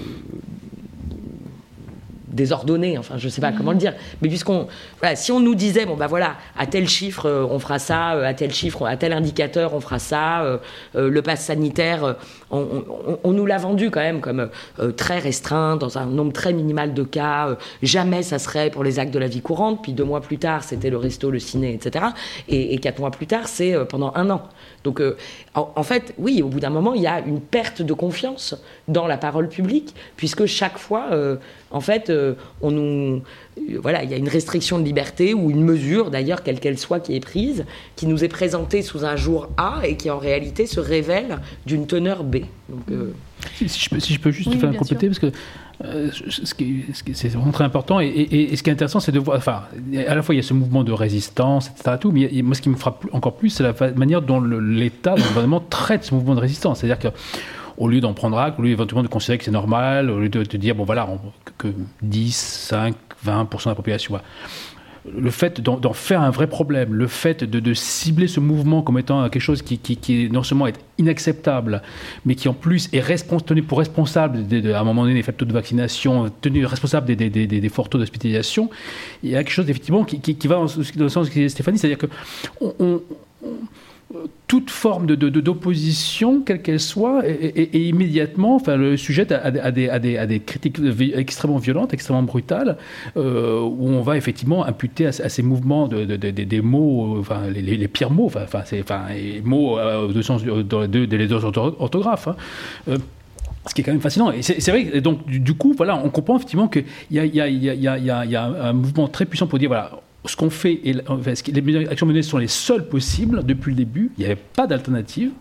désordonnés, enfin je ne sais pas mmh. comment le dire, mais puisqu'on, voilà, si on nous disait, bon ben bah, voilà, à tel chiffre euh, on fera ça, euh, à tel chiffre, à tel indicateur on fera ça, euh, euh, le pass sanitaire, euh, on, on, on nous l'a vendu quand même comme euh, très restreint, dans un nombre très minimal de cas, euh, jamais ça serait pour les actes de la vie courante, puis deux mois plus tard c'était le resto, le ciné, et cetera. Et, et quatre mois plus tard c'est euh, pendant un an. Donc euh, en, en fait, oui, au bout d'un moment, il y a une perte de confiance dans la parole publique, puisque chaque fois, euh, en fait, euh, on nous, euh, voilà, il y a une restriction de liberté ou une mesure, d'ailleurs, quelle qu'elle soit, qui est prise, qui nous est présentée sous un jour A et qui en réalité se révèle d'une teneur B. Donc, euh... si, si, je peux, si je peux juste oui, faire compléter, parce que euh, ce qui, ce qui, c'est vraiment très important, et, et, et ce qui est intéressant, c'est de voir, enfin, à la fois il y a ce mouvement de résistance, et cetera, tout, mais il y a, moi, ce qui me frappe encore plus, c'est la manière dont le, l'État, le gouvernement traite ce mouvement de résistance. C'est-à-dire que au lieu d'en prendre acte, au lieu éventuellement de considérer que c'est normal, au lieu de, de dire, bon voilà, on, que dix, cinq, vingt pour cent de la population, voilà. le fait d'en, d'en faire un vrai problème, le fait de, de cibler ce mouvement comme étant quelque chose qui, qui, qui non seulement est inacceptable, mais qui en plus est respons- tenu pour responsable, de, de, à un moment donné, des faibles taux de vaccination, tenu responsable des, des, des, des, des forts taux d'hospitalisation, il y a quelque chose effectivement qui, qui, qui va dans le sens que disait Stéphanie, c'est-à-dire que on, on, on, toute forme de, de, de, d'opposition, quelle qu'elle soit, est, immédiatement enfin, le sujet à, à, des, à, des, à des critiques extrêmement violentes, extrêmement brutales, euh, où on va effectivement imputer à, à ces mouvements de, de, de, de, des mots, enfin, les, les pires mots, enfin, enfin, c'est, enfin les mots euh, de sens, dans les deux, les deux orthographes. Hein. Euh, Ce qui est quand même fascinant. Et c'est, c'est vrai, et donc du, du coup, voilà, on comprend effectivement qu'il y a, il y, a, il y, a, il y, a, il y a un mouvement très puissant pour dire, voilà, ce qu'on fait, et, enfin, ce qui, les actions menées sont les seules possibles depuis le début. Il n'y avait pas d'alternative.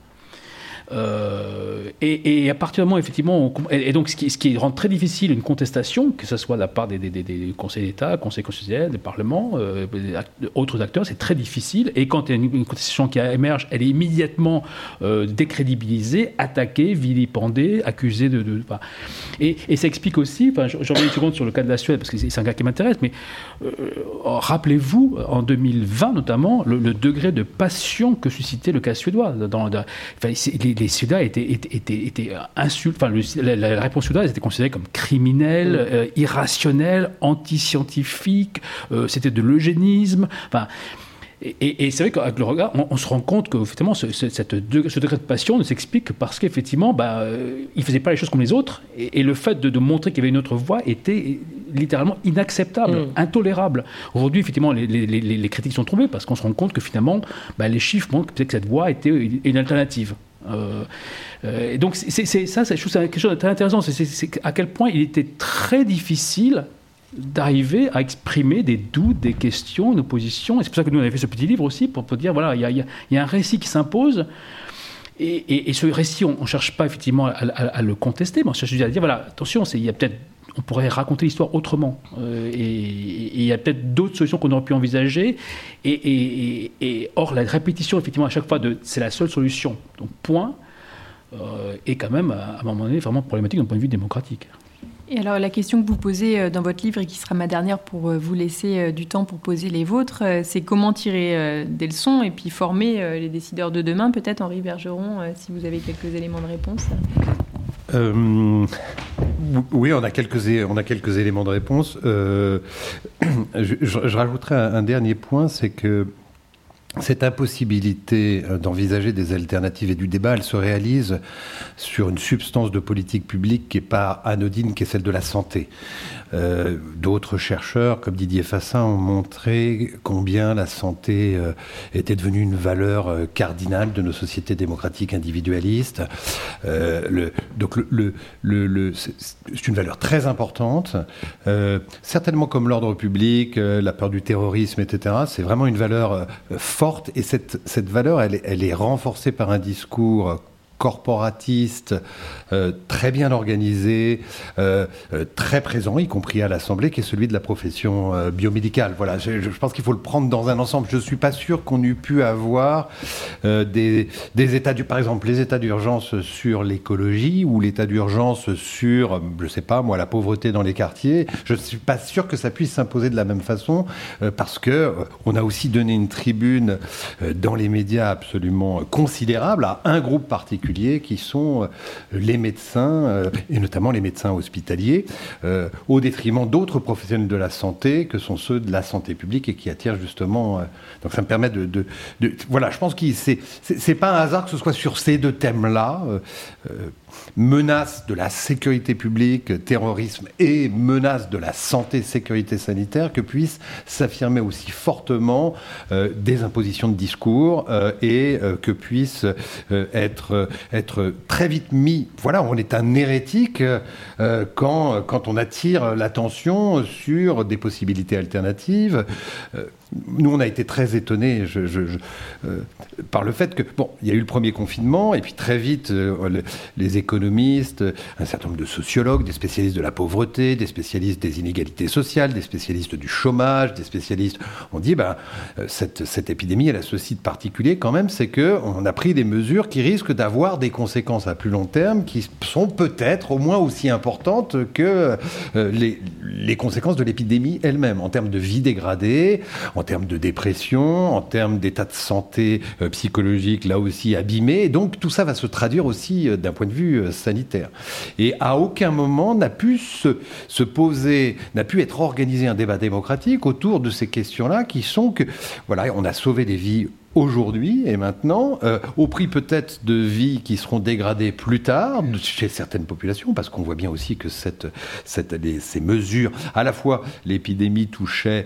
Euh, et, et à partir du moment, effectivement, on, et, et donc ce qui, ce qui rend très difficile une contestation, que ce soit de la part des, des, des, des conseils d'État, conseils constitutionnels, des parlements, euh, des act, autres acteurs, c'est très difficile. Et quand il y a une, une contestation qui émerge, elle est immédiatement euh, décrédibilisée, attaquée, vilipendée, accusée de. de enfin, et, et ça explique aussi, enfin, j'en reviens une seconde sur le cas de la Suède, parce que c'est, c'est un cas qui m'intéresse, mais euh, rappelez-vous, en deux mille vingt notamment, le, le degré de passion que suscitait le cas suédois. Dans, dans, enfin, les, les Suédois étaient, étaient, étaient, étaient insultés, enfin, le, la, la réponse suédoise était considérée comme criminelle, mmh. euh, irrationnelle, anti-scientifique, euh, c'était de l'eugénisme. Enfin, et, et, et c'est vrai qu'avec le regard, on, on se rend compte que effectivement, ce, ce, cette de, ce degré de passion ne s'explique que parce qu'effectivement, bah, euh, il ne faisait pas les choses comme les autres, et, et le fait de, de montrer qu'il y avait une autre voie était littéralement inacceptable, mmh. intolérable. Aujourd'hui, effectivement, les, les, les, les critiques sont tombées parce qu'on se rend compte que finalement, bah, les chiffres montrent que cette voie était une, une alternative. Euh, euh, et donc c'est, c'est, ça, c'est, je trouve que c'est quelque chose de très intéressant. C'est, c'est, c'est à quel point il était très difficile d'arriver à exprimer des doutes, des questions, une opposition. Et c'est pour ça que nous on avait fait ce petit livre aussi pour, pour dire voilà, il y a, y, a, y a un récit qui s'impose. Et, et, et ce récit, on ne cherche pas effectivement à, à, à le contester, mais on cherche à dire voilà, attention, il y a peut-être on pourrait raconter l'histoire autrement. Euh, et il y a peut-être d'autres solutions qu'on aurait pu envisager. Et, et, et, et or, la répétition, effectivement, à chaque fois, de c'est la seule solution. Donc, point, euh, est quand même, à un moment donné, vraiment problématique d'un point de vue démocratique. Et alors, la question que vous posez dans votre livre, et qui sera ma dernière pour vous laisser du temps pour poser les vôtres, c'est comment tirer des leçons et puis former les décideurs de demain. Peut-être, Henri Bergeron, si vous avez quelques éléments de réponse. Euh, oui, on a quelques on a quelques éléments de réponse. Euh, je, je, je rajouterai un, un dernier point, c'est que cette impossibilité d'envisager des alternatives et du débat, elle se réalise sur une substance de politique publique qui n'est pas anodine, qui est celle de la santé. Euh, d'autres chercheurs, comme Didier Fassin, ont montré combien la santé euh, était devenue une valeur euh, cardinale de nos sociétés démocratiques individualistes. Euh, le, donc le, le, le, le, c'est, c'est une valeur très importante, euh, certainement comme l'ordre public, euh, la peur du terrorisme, et cetera. C'est vraiment une valeur euh, forte, et cette, cette valeur, elle, elle est renforcée par un discours corporatiste, euh, très bien organisé, euh, euh, très présent, y compris à l'Assemblée, qui est celui de la profession euh, biomédicale. Voilà, je, je pense qu'il faut le prendre dans un ensemble. Je ne suis pas sûr qu'on eût pu avoir euh, des, des états, du, par exemple, les états d'urgence sur l'écologie ou l'état d'urgence sur, je ne sais pas, moi, la pauvreté dans les quartiers. Je ne suis pas sûr que ça puisse s'imposer de la même façon euh, parce que euh, on a aussi donné une tribune euh, dans les médias absolument considérable à un groupe particulier qui sont les médecins, euh, et notamment les médecins hospitaliers, euh, au détriment d'autres professionnels de la santé, que sont ceux de la santé publique, et qui attirent justement... Euh, donc ça me permet de... de, de voilà, je pense que c'est, c'est, c'est pas un hasard que ce soit sur ces deux thèmes-là, euh, euh, menace de la sécurité publique, terrorisme, et menace de la santé, sécurité sanitaire, que puissent s'affirmer aussi fortement euh, des impositions de discours euh, et euh, que puissent euh, être, être très vite mis... Voilà, on est un hérétique euh, quand, quand on attire l'attention sur des possibilités alternatives. Euh, nous, on a été très étonnés je, je, je, euh, par le fait que, bon, il y a eu le premier confinement, et puis très vite, euh, le, les économistes, un certain nombre de sociologues, des spécialistes de la pauvreté, des spécialistes des inégalités sociales, des spécialistes du chômage, des spécialistes ont dit, ben, cette, cette épidémie, elle a ceci de particulier quand même, c'est qu'on a pris des mesures qui risquent d'avoir des conséquences à plus long terme, qui sont peut-être au moins aussi importantes que euh, les, les conséquences de l'épidémie elle-même, en termes de vie dégradée, en termes de dépression, en termes d'état de santé euh, psychologique, là aussi abîmé. Et donc, tout ça va se traduire aussi euh, d'un point de vue euh, sanitaire. Et à aucun moment n'a pu se, se poser, n'a pu être organisé un débat démocratique autour de ces questions-là qui sont que, voilà, on a sauvé des vies aujourd'hui et maintenant, euh, au prix peut-être de vies qui seront dégradées plus tard chez certaines populations, parce qu'on voit bien aussi que cette, cette, les, ces mesures, à la fois l'épidémie touchait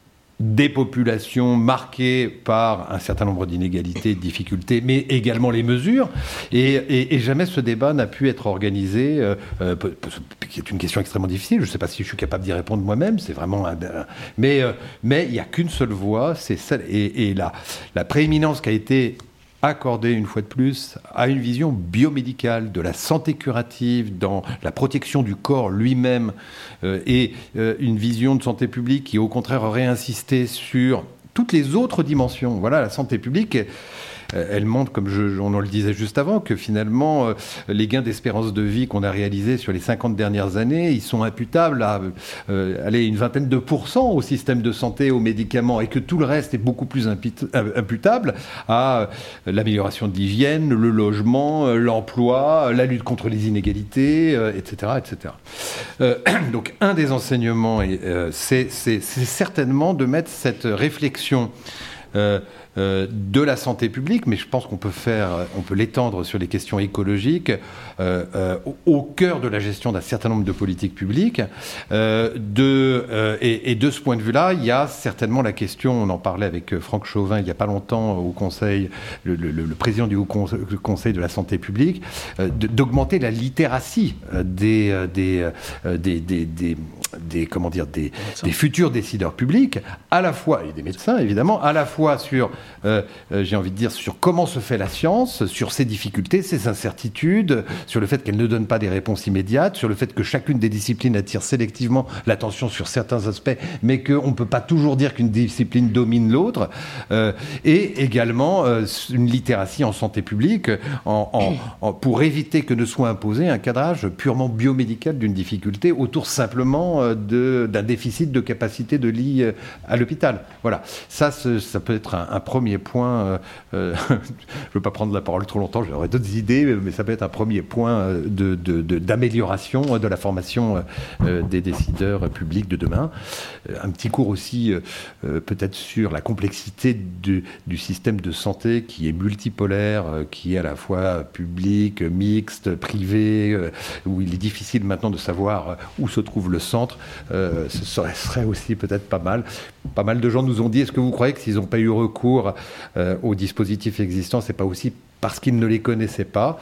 des populations marquées par un certain nombre d'inégalités, de difficultés, mais également les mesures. Et, et, et jamais ce débat n'a pu être organisé, euh, euh, qui est une question extrêmement difficile. Je ne sais pas si je suis capable d'y répondre moi-même. C'est vraiment un, un, mais euh, mais il n'y a qu'une seule voie, c'est celle. Et, et la, la prééminence qui a été accordée une fois de plus à une vision biomédicale de la santé curative dans la protection du corps lui-même euh, et euh, une vision de santé publique qui au contraire aurait insisté sur toutes les autres dimensions. Voilà, la santé publique, elle montre, comme je, on en le disait juste avant, que finalement, euh, les gains d'espérance de vie qu'on a réalisés sur les cinquante dernières années, ils sont imputables à euh, allez, une vingtaine de pourcents au système de santé, aux médicaments, et que tout le reste est beaucoup plus imput- imputable à euh, l'amélioration de l'hygiène, le logement, euh, l'emploi, la lutte contre les inégalités, euh, et cetera, et cetera. Euh, donc, un des enseignements, euh, c'est, c'est, c'est certainement de mettre cette réflexion euh, Euh, de la santé publique, mais je pense qu'on peut faire, on peut l'étendre sur les questions écologiques, euh, euh, au, au cœur de la gestion d'un certain nombre de politiques publiques. Euh, de, euh, et, et de ce point de vue-là, il y a certainement la question, on en parlait avec Franck Chauvin il n'y a pas longtemps au Conseil, le, le, le président du Haut Conseil de la santé publique, euh, de, d'augmenter la littératie des, des, des, des, des, des comment dire, des, des futurs décideurs publics, à la fois, et des médecins évidemment, à la fois sur Euh, euh, j'ai envie de dire, sur comment se fait la science, sur ses difficultés, ses incertitudes, sur le fait qu'elle ne donne pas des réponses immédiates, sur le fait que chacune des disciplines attire sélectivement l'attention sur certains aspects, mais qu'on ne peut pas toujours dire qu'une discipline domine l'autre, euh, et également euh, une littératie en santé publique en, en, en, pour éviter que ne soit imposé un cadrage purement biomédical d'une difficulté autour simplement euh, de, d'un déficit de capacité de lit euh, à l'hôpital. Voilà, ça, ça peut être un, un premier point, euh, je ne veux pas prendre la parole trop longtemps, j'aurais d'autres idées, mais ça peut être un premier point de, de, de, d'amélioration de la formation euh, des décideurs publics de demain. Un petit cours aussi euh, peut-être sur la complexité du, du système de santé qui est multipolaire, euh, qui est à la fois public, mixte, privé, euh, où il est difficile maintenant de savoir où se trouve le centre. Euh, ce serait, serait aussi peut-être pas mal. Pas mal de gens nous ont dit, est-ce que vous croyez que s'ils n'ont pas eu recours euh, aux dispositifs existants, c'est pas aussi parce qu'ils ne les connaissaient pas?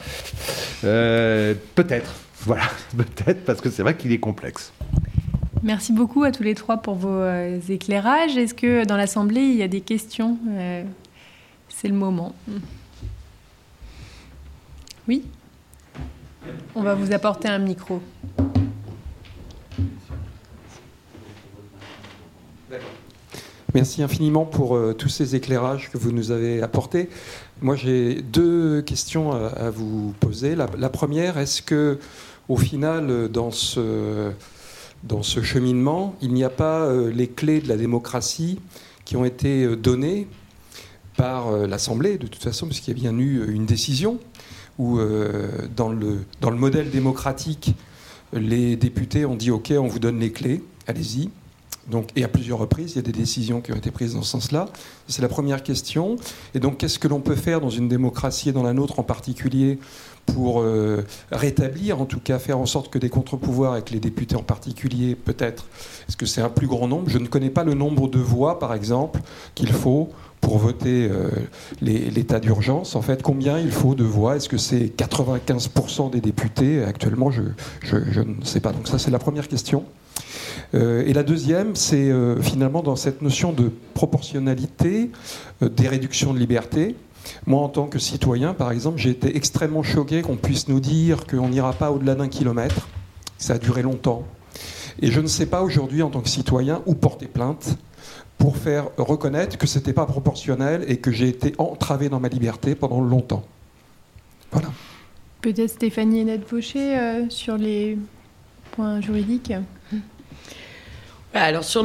euh, Peut-être, voilà, peut-être, parce que c'est vrai qu'il est complexe. Merci beaucoup à tous les trois pour vos euh, éclairages. Est-ce que dans l'Assemblée, il y a des questions? euh, C'est le moment. Oui? On va vous apporter un micro. Merci infiniment pour euh, tous ces éclairages que vous nous avez apportés. Moi, j'ai deux questions à, à vous poser. La, la première, est-ce que, au final, dans ce, dans ce cheminement, il n'y a pas euh, les clés de la démocratie qui ont été euh, données par euh, l'Assemblée, de toute façon, puisqu'il y a bien eu une décision où, euh, dans le, dans le modèle démocratique, les députés ont dit « Ok, on vous donne les clés, allez-y ». Donc, et à plusieurs reprises, il y a des décisions qui ont été prises dans ce sens-là. C'est la première question. Et donc, qu'est-ce que l'on peut faire dans une démocratie et dans la nôtre en particulier pour euh, rétablir, en tout cas faire en sorte que des contre-pouvoirs, avec les députés en particulier, peut-être, est-ce que c'est un plus grand nombre? Je ne connais pas le nombre de voix, par exemple, qu'il faut pour voter euh, les, l'état d'urgence. En fait, combien il faut de voix? Est-ce que c'est quatre-vingt-quinze pour cent des députés? Actuellement, je, je, je ne sais pas. Donc ça, c'est la première question. Euh, et la deuxième, c'est euh, finalement dans cette notion de proportionnalité euh, des réductions de liberté. Moi, en tant que citoyen, par exemple, j'ai été extrêmement choqué qu'on puisse nous dire qu'on n'ira pas au-delà d'un kilomètre. Ça a duré longtemps. Et je ne sais pas aujourd'hui, en tant que citoyen, où porter plainte pour faire reconnaître que ce n'était pas proportionnel et que j'ai été entravé dans ma liberté pendant longtemps. Voilà. Peut-être Stéphanie Hennette-Fauché euh, sur les points juridiques. Alors sur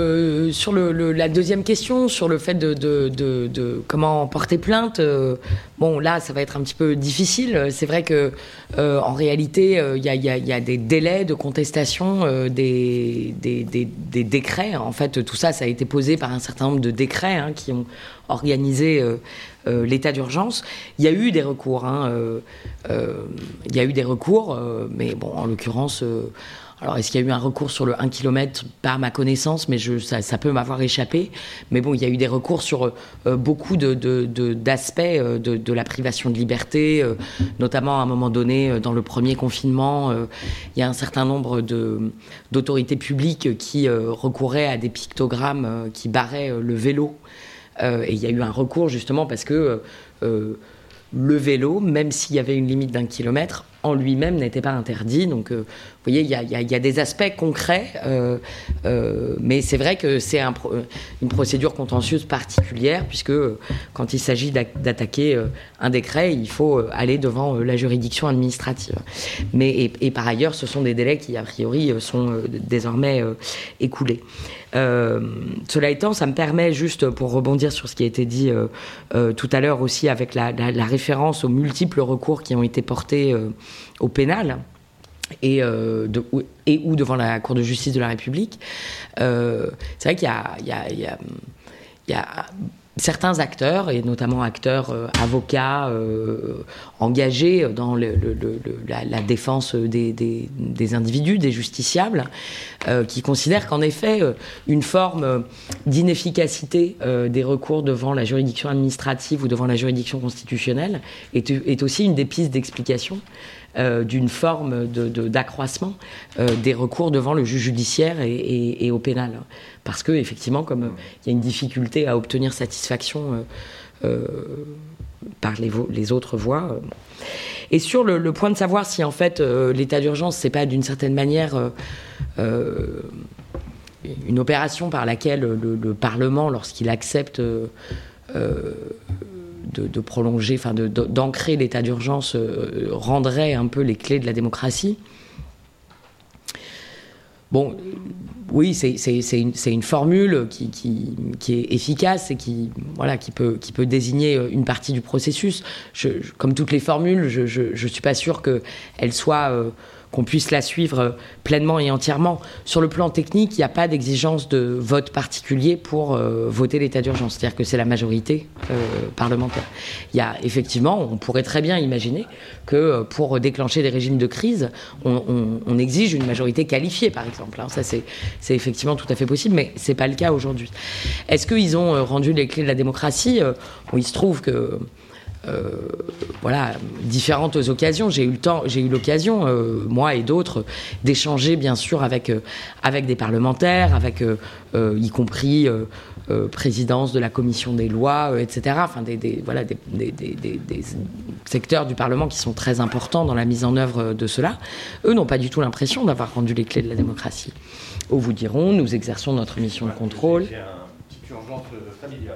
le sur le, le la deuxième question, sur le fait de de, de, de comment porter plainte, euh, bon là ça va être un petit peu difficile. C'est vrai que euh, en réalité il euh, y, a, y, a, y a des délais de contestation euh, des, des, des des décrets. En fait tout ça ça a été posé par un certain nombre de décrets hein, qui ont organisé euh, euh, l'état d'urgence. Il y a eu des recours. Hein, euh, euh, il y a eu des recours, euh, mais bon en l'occurrence. Euh, Alors, est-ce qu'il y a eu un recours sur le un kilomètre? Pas à ma connaissance, mais je, ça, ça peut m'avoir échappé. Mais bon, il y a eu des recours sur euh, beaucoup de, de, de, d'aspects euh, de, de la privation de liberté, euh, notamment à un moment donné, euh, dans le premier confinement, euh, il y a un certain nombre de, d'autorités publiques qui euh, recouraient à des pictogrammes euh, qui barraient euh, le vélo. Euh, et il y a eu un recours justement parce que euh, le vélo, même s'il y avait une limite d'un kilomètre, en lui-même n'était pas interdit. Donc, euh, vous voyez, il y, y, y a des aspects concrets, euh, euh, mais c'est vrai que c'est un, une procédure contentieuse particulière, puisque euh, quand il s'agit d'attaquer euh, un décret, il faut euh, aller devant euh, la juridiction administrative. Mais, et, et par ailleurs, ce sont des délais qui, a priori, euh, sont euh, désormais euh, écoulés. Euh, cela étant, ça me permet juste, pour rebondir sur ce qui a été dit euh, euh, tout à l'heure aussi, avec la, la, la référence aux multiples recours qui ont été portés euh, au pénal et, euh, de, et ou devant la Cour de justice de la République. Euh, c'est vrai qu'il y a, il y a, il y a, il y a certains acteurs, et notamment acteurs euh, avocats euh, engagés dans le, le, le, la, la défense des, des, des individus, des justiciables, euh, qui considèrent qu'en effet, euh, une forme d'inefficacité euh, des recours devant la juridiction administrative ou devant la juridiction constitutionnelle est, est aussi une des pistes d'explication euh, d'une forme de, de, d'accroissement euh, des recours devant le juge judiciaire et, et, et au pénal. Parce que, effectivement, comme il euh, y a une difficulté à obtenir satisfaction euh, euh, par les, les autres voies. Euh. Et sur le, le point de savoir si, en fait, euh, l'état d'urgence, c'est pas d'une certaine manière euh, euh, une opération par laquelle le, le Parlement, lorsqu'il accepte euh, euh, de, de prolonger, enfin, de, de, d'ancrer l'état d'urgence, euh, rendrait un peu les clés de la démocratie. Bon, oui, c'est, c'est, c'est, une, c'est une formule qui, qui, qui est efficace et qui, voilà, qui, peut, qui peut désigner une partie du processus. Je, je, comme toutes les formules, je ne suis pas sûre qu'elle soit... Euh, qu'on puisse la suivre pleinement et entièrement. Sur le plan technique, il n'y a pas d'exigence de vote particulier pour euh, voter l'état d'urgence. C'est-à-dire que c'est la majorité euh, parlementaire. Il y a effectivement, on pourrait très bien imaginer que pour déclencher des régimes de crise, on, on, on exige une majorité qualifiée, par exemple. Ça, c'est, c'est effectivement tout à fait possible, mais ce n'est pas le cas aujourd'hui. Est-ce qu'ils ont rendu les clés de la démocratie ? Bon, il se trouve que... Euh, voilà, différentes occasions. J'ai eu le temps, j'ai eu l'occasion, euh, moi et d'autres, d'échanger bien sûr avec euh, avec des parlementaires, avec euh, euh, y compris euh, euh, présidence de la commission des lois, euh, et cetera. Enfin, des, des voilà des, des, des, des, des secteurs du Parlement qui sont très importants dans la mise en œuvre de cela. Eux n'ont pas du tout l'impression d'avoir rendu les clés de la démocratie. Eux vous diront, nous exerçons notre mission de contrôle. J'ai une petite urgence familiale.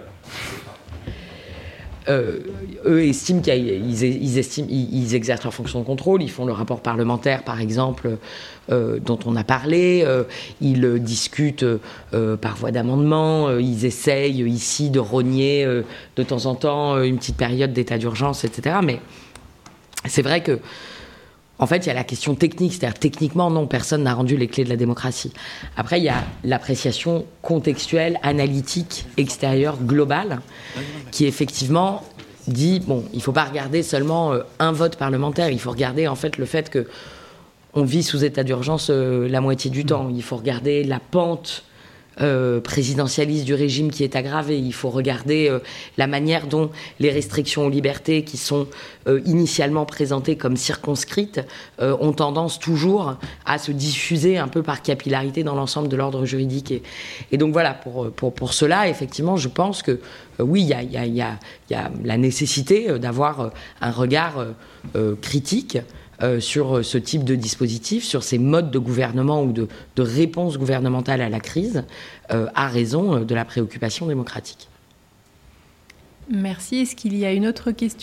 Euh, eux estiment qu'ils ils estiment, ils, ils exercent leur fonction de contrôle, ils font le rapport parlementaire, par exemple, euh, dont on a parlé, euh, ils discutent euh, par voie d'amendement, euh, ils essayent ici de rogner euh, de temps en temps une petite période d'état d'urgence, et cetera. Mais c'est vrai que en fait, il y a la question technique, c'est-à-dire techniquement, non, personne n'a rendu les clés de la démocratie. Après, il y a l'appréciation contextuelle, analytique, extérieure, globale, qui effectivement dit, bon, il ne faut pas regarder seulement euh, un vote parlementaire, il faut regarder en fait le fait qu'on vit sous état d'urgence euh, la moitié du temps. Il faut regarder la pente euh, présidentialiste du régime qui est aggravée. Il faut regarder euh, la manière dont les restrictions aux libertés, qui sont euh, initialement présentées comme circonscrites, euh, ont tendance toujours à se diffuser un peu par capillarité dans l'ensemble de l'ordre juridique. Et, et donc voilà, pour, pour, pour cela, effectivement, je pense que euh, oui, il y a, y a, y a, y a la nécessité d'avoir un regard euh, euh, critique Euh, sur ce type de dispositif, sur ces modes de gouvernement ou de, de réponse gouvernementale à la crise, euh, à raison euh, de la préoccupation démocratique. Merci. Est-ce qu'il y a une autre question ?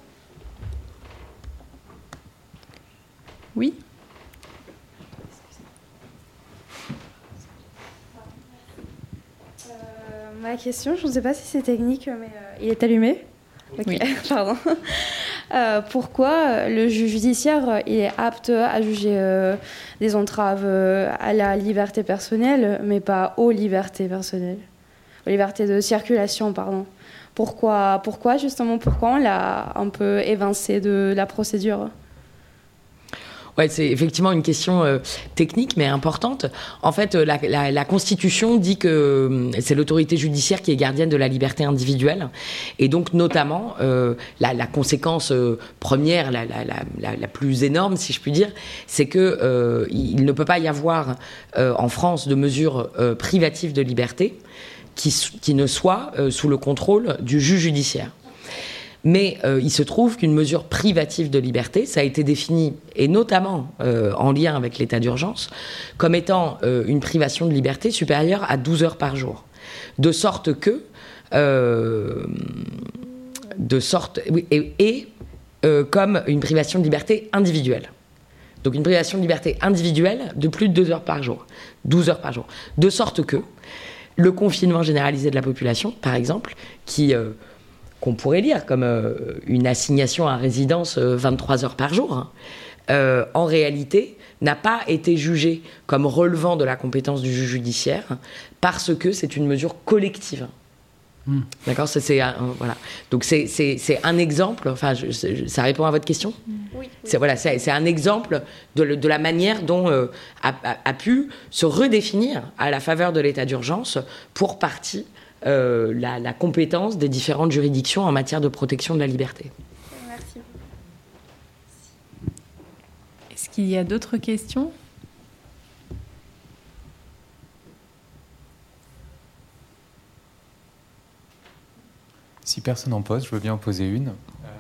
Oui ? euh, Ma question, je ne sais pas si c'est technique, mais euh, il est allumé ? Ok, oui. Pardon. Euh, pourquoi le juge judiciaire il est apte à juger euh, des entraves euh, à la liberté personnelle, mais pas aux libertés personnelles, aux libertés de circulation, pardon. Pourquoi, pourquoi justement, pourquoi on l'a un peu évincé de la procédure ? Ouais, c'est effectivement une question euh, technique, mais importante. En fait, euh, la, la, la Constitution dit que euh, c'est l'autorité judiciaire qui est gardienne de la liberté individuelle. Et donc, notamment, euh, la, la conséquence euh, première, la, la, la, la plus énorme, si je puis dire, c'est qu'il euh, ne peut pas y avoir euh, en France de mesures euh, privatives de liberté qui, qui ne soient euh, sous le contrôle du juge judiciaire. Mais euh, il se trouve qu'une mesure privative de liberté, ça a été défini, et notamment euh, en lien avec l'état d'urgence, comme étant euh, une privation de liberté supérieure à douze heures par jour. De sorte que... Euh, de sorte... Oui, et et euh, comme une privation de liberté individuelle. Donc une privation de liberté individuelle de plus de deux heures par jour. douze heures par jour. De sorte que le confinement généralisé de la population, par exemple, qui... Euh, qu'on pourrait lire comme euh, une assignation à résidence euh, vingt-trois heures par jour, hein, euh, en réalité, n'a pas été jugé comme relevant de la compétence du juge judiciaire parce que c'est une mesure collective. Mmh. D'accord, ça, c'est un, voilà. Donc c'est, c'est, c'est un exemple. Enfin, je, ça répond à votre question. Mmh. Oui, oui. C'est voilà, c'est, c'est un exemple de, de la manière dont euh, a, a, a pu se redéfinir à la faveur de l'état d'urgence pour partie. Euh, la, la compétence des différentes juridictions en matière de protection de la liberté. Merci. Est-ce qu'il y a d'autres questions ? Si personne en pose, je veux bien en poser une.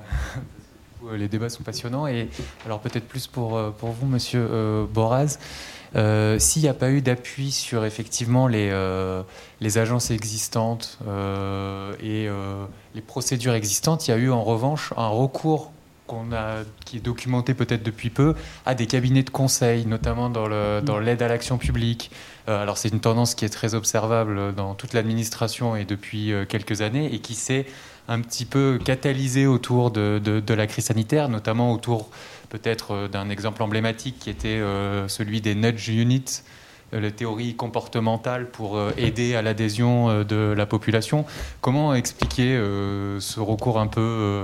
Euh, les débats sont passionnants. Et alors peut-être plus pour, pour vous, monsieur euh, Boraz. Euh, s'il n'y a pas eu d'appui sur effectivement les, euh, les agences existantes euh, et euh, les procédures existantes, il y a eu en revanche un recours qu'on a, qui est documenté peut-être depuis peu, à des cabinets de conseil, notamment dans, le, dans l'aide à l'action publique. Euh, alors c'est une tendance qui est très observable dans toute l'administration et depuis euh, quelques années et qui s'est un petit peu catalysée autour de, de, de la crise sanitaire, notamment autour peut-être d'un exemple emblématique qui était euh, celui des nudge units, euh, la théorie comportementale pour euh, aider à l'adhésion euh, de la population. Comment expliquer euh, ce recours un peu, euh,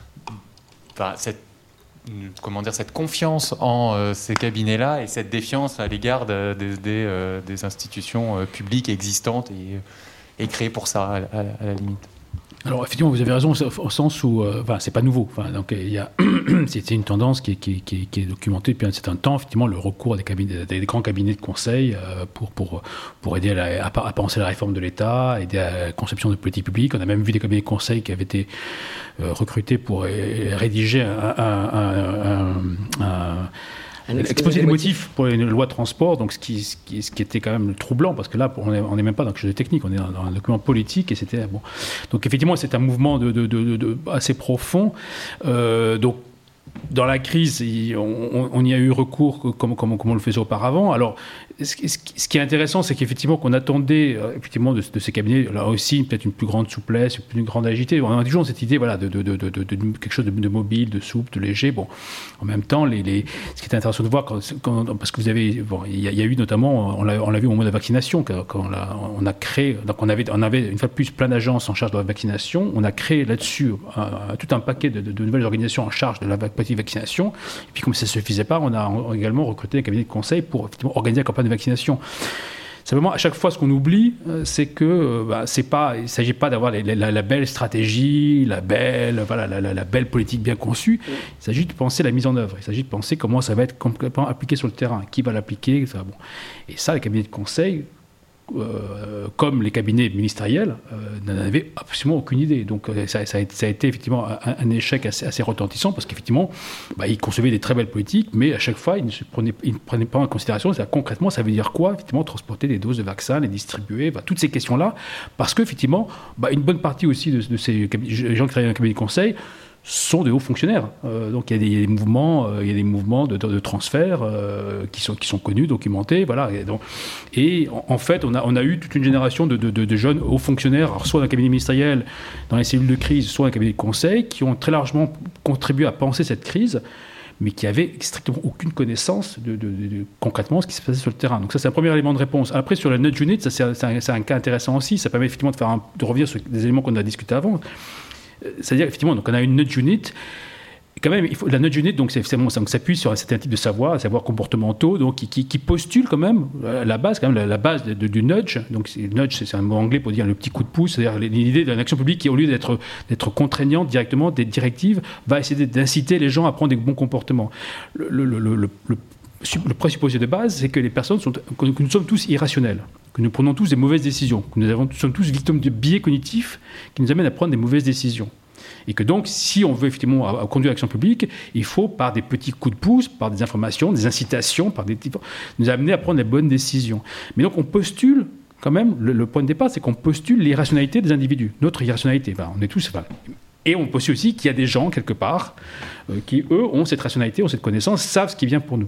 enfin, cette, comment dire, cette confiance en euh, ces cabinets-là et cette défiance à l'égard de, de, de, des, euh, des institutions euh, publiques existantes et, et créées pour ça, à, à, à la limite? Alors effectivement, vous avez raison au sens où, euh, enfin, c'est pas nouveau. Enfin, donc il y a, c'était une tendance qui est, qui, qui, qui est documentée depuis un certain temps. Effectivement, le recours à des cabinets, des grands cabinets de conseil euh, pour pour pour aider à, la, à, à penser la réforme de l'État, aider à la conception de politiques publiques. On a même vu des cabinets de conseil qui avaient été euh, recrutés pour euh, rédiger un, un, un, un, un exposer des motifs pour une loi de transport, donc ce qui, ce qui, ce qui était quand même troublant, parce que là, on n'est même pas dans quelque chose de technique, on est dans, dans un document politique, et c'était bon. Donc effectivement, c'est un mouvement de, de, de, de assez profond. Euh, donc dans la crise, on, on y a eu recours comme, comme, comme on le faisait auparavant. Alors, ce, ce qui est intéressant, c'est qu'effectivement, qu'on attendait effectivement de, de ces cabinets, là aussi, peut-être une plus grande souplesse, une plus grande agilité. On a toujours cette idée, voilà, de, de, de, de, de, de quelque chose de, de mobile, de souple, de léger. Bon, en même temps, les, les, ce qui est intéressant de voir, quand, quand, parce que vous avez, bon, il y, a, il y a eu notamment, on l'a, on l'a vu au moment de la vaccination, quand, quand on, a, on a créé, donc on avait, on avait une fois de plus plein d'agences en charge de la vaccination. On a créé là-dessus un, un, tout un paquet de, de, de nouvelles organisations en charge de la vaccination. Et puis, comme ça ne suffisait pas, on a également recruté un cabinet de conseil pour effectivement organiser la campagne de vaccination. Simplement, à chaque fois, ce qu'on oublie, euh, c'est que euh, bah, c'est pas, il ne s'agit pas d'avoir la, la, la belle stratégie, la belle, voilà, la, la, la belle politique bien conçue. Il s'agit de penser la mise en œuvre. Il s'agit de penser comment ça va être complètement appliqué sur le terrain, qui va l'appliquer. Ça, bon. Et ça, les cabinets de conseil, Euh, comme les cabinets ministériels, euh, n'en avaient absolument aucune idée. Donc euh, ça, ça, a, ça a été effectivement un, un échec assez, assez retentissant parce qu'effectivement, bah, ils concevaient des très belles politiques, mais à chaque fois, ils ne, se prenaient, ils ne prenaient pas en considération concrètement, ça veut dire quoi, effectivement, transporter des doses de vaccins, les distribuer, bah, toutes ces questions-là, parce qu'effectivement, bah, une bonne partie aussi de, de ces gens qui travaillent dans un cabinet de conseil sont de hauts fonctionnaires. Euh, donc il y a des, il y a des mouvements, euh, il y a des mouvements de, de, de transfert euh, qui sont qui sont connus, documentés, voilà. Et, donc, et en, en fait, on a on a eu toute une génération de, de, de, de jeunes hauts fonctionnaires, alors soit dans le cabinet ministériel, dans les cellules de crise, soit dans le cabinet de conseil, qui ont très largement contribué à penser cette crise, mais qui avaient strictement aucune connaissance de, de, de, de concrètement ce qui se passait sur le terrain. Donc ça, c'est un premier élément de réponse. Après, sur la nudge unit, ça c'est, c'est, un, c'est un cas intéressant aussi. Ça permet effectivement de faire un, de revenir sur des éléments qu'on a discutés avant. C'est-à-dire, effectivement, donc on a une nudge unit. Quand même, il faut, la nudge unit, donc, c'est, c'est, donc, s'appuie sur un certain type de savoir, savoir comportementaux, donc, qui, qui, qui postule quand même la base, quand même, la, la base de, de, du nudge. Donc, c'est, nudge, c'est un mot anglais pour dire le petit coup de pouce, c'est-à-dire l'idée d'une action publique qui, au lieu d'être, d'être contraignante directement, d'être directive, va essayer d'inciter les gens à prendre des bons comportements. Le, le, le, le, le, le présupposé de base, c'est que les personnes sont, que nous sommes tous irrationnels, que nous prenons tous des mauvaises décisions, que nous avons, sommes tous victimes de biais cognitifs qui nous amènent à prendre des mauvaises décisions. Et que donc, si on veut effectivement à, à conduire l'action publique, il faut, par des petits coups de pouce, par des informations, des incitations, par des types, nous amener à prendre les bonnes décisions. Mais donc, on postule, quand même, le, le point de départ, c'est qu'on postule l'irrationalité des individus, notre irrationalité. Enfin, on est tous... Enfin, et on postule aussi qu'il y a des gens, quelque part, euh, qui, eux, ont cette rationalité, ont cette connaissance, savent ce qui vient pour nous.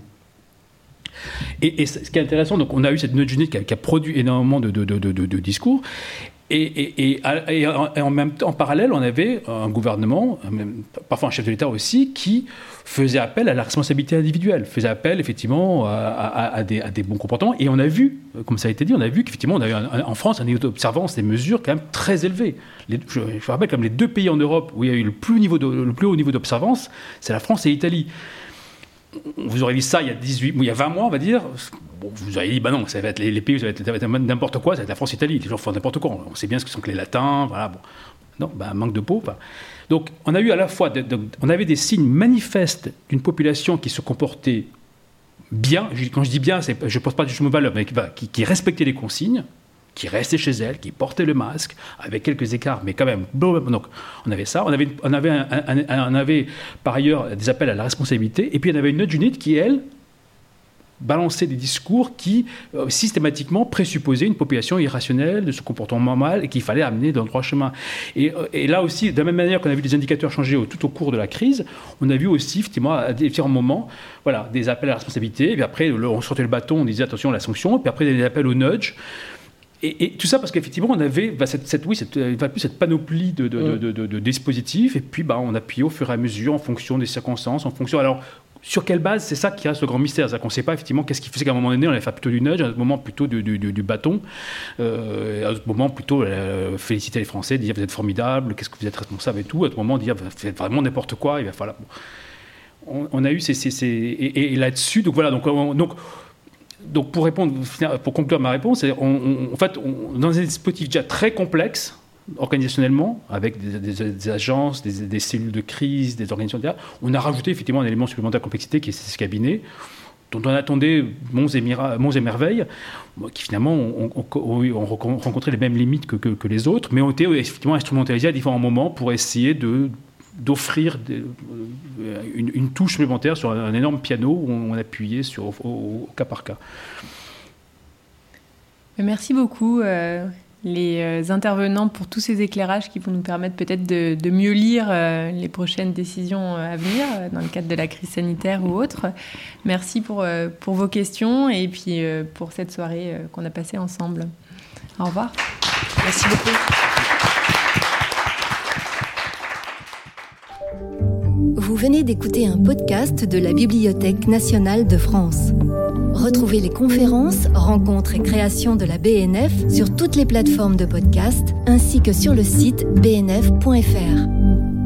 Et, et ce qui est intéressant, donc on a eu cette nudge unit qui a, qui a produit énormément de, de, de, de, de discours, et, et, et, et, en, et en même temps, en parallèle, on avait un gouvernement, même, parfois un chef de l'État aussi, qui faisait appel à la responsabilité individuelle, faisait appel effectivement à, à, à, des, à des bons comportements, et on a vu, comme ça a été dit, on a vu qu'effectivement on a eu un, un, en France un niveau d'observance des mesures quand même très élevé. Les, je, je rappelle comme les deux pays en Europe où il y a eu le plus, niveau de, le plus haut niveau d'observance, c'est la France et l'Italie. Vous aurez dit ça il y a dix-huit, il y a vingt mois, on va dire. Bon, vous auriez dit, bah non, ça va être les, les pays, ça va être, ça va être n'importe quoi, ça va être la France et l'Italie. Les gens font n'importe quoi. On sait bien ce que sont que les latins, voilà. Bon. Non, bah, manque de peau. Bah. Donc, on a eu à la fois, de, de, on avait des signes manifestes d'une population qui se comportait bien. Quand je dis bien, c'est, je ne pose pas du mot valeur, mais qui, qui respectait les consignes, qui restait chez elle, qui portait le masque, avec quelques écarts, mais quand même. Donc, on avait ça. On avait, on avait, un, un, un, on avait par ailleurs des appels à la responsabilité. Et puis, on avait une nudge unit qui, elle, balançait des discours qui, euh, systématiquement, présupposaient une population irrationnelle, de se comportant mal, et qu'il fallait amener dans le droit chemin. Et, euh, et là aussi, de la même manière qu'on a vu des indicateurs changer au, tout au cours de la crise, on a vu aussi, effectivement, à différents moments, voilà, des appels à la responsabilité. Et puis après, le, on sortait le bâton, on disait attention à la sanction. Et puis après, des appels au nudge. Et, et tout ça parce qu'effectivement, on avait bah, cette, cette, oui, cette, cette panoplie de, de, de, de, de, de dispositifs, et puis bah, on appuyait au fur et à mesure, en fonction des circonstances, en fonction... Alors, sur quelle base, c'est ça qui reste le grand mystère. C'est-à-dire qu'on ne sait pas effectivement qu'est-ce qui faisait qu'à un moment donné, on allait faire plutôt du nudge, à un moment plutôt du, du, du, du bâton, euh, à un moment plutôt euh, féliciter les Français, dire vous êtes formidables, qu'est-ce que vous êtes responsable et tout, à un moment dire vous faites vraiment n'importe quoi, il va falloir... Bon. On, on a eu ces... ces, ces et, et, et là-dessus, donc voilà, donc... On, donc Donc pour répondre, pour conclure ma réponse, on, on, en fait, on, dans un dispositif déjà très complexe, organisationnellement, avec des, des, des agences, des, des cellules de crise, des organisations, et cetera, on a rajouté effectivement un élément supplémentaire de complexité qui est ce cabinet, dont on attendait monts et, mira, monts et merveilles, qui finalement ont, ont, ont, ont rencontré les mêmes limites que, que, que les autres, mais ont été effectivement instrumentalisés à différents moments pour essayer de... d'offrir des, une, une touche supplémentaire sur un, un énorme piano où on, on appuyait sur, au, au, au cas par cas. Merci beaucoup euh, les euh, intervenants pour tous ces éclairages qui vont nous permettre peut-être de, de mieux lire euh, les prochaines décisions à venir euh, dans le cadre de la crise sanitaire ou autre. Merci pour, euh, pour vos questions et puis euh, pour cette soirée euh, qu'on a passée ensemble. Au revoir. Merci beaucoup. Vous venez d'écouter un podcast de la Bibliothèque nationale de France. Retrouvez les conférences, rencontres et créations de la B N F sur toutes les plateformes de podcast ainsi que sur le site b n f point f r.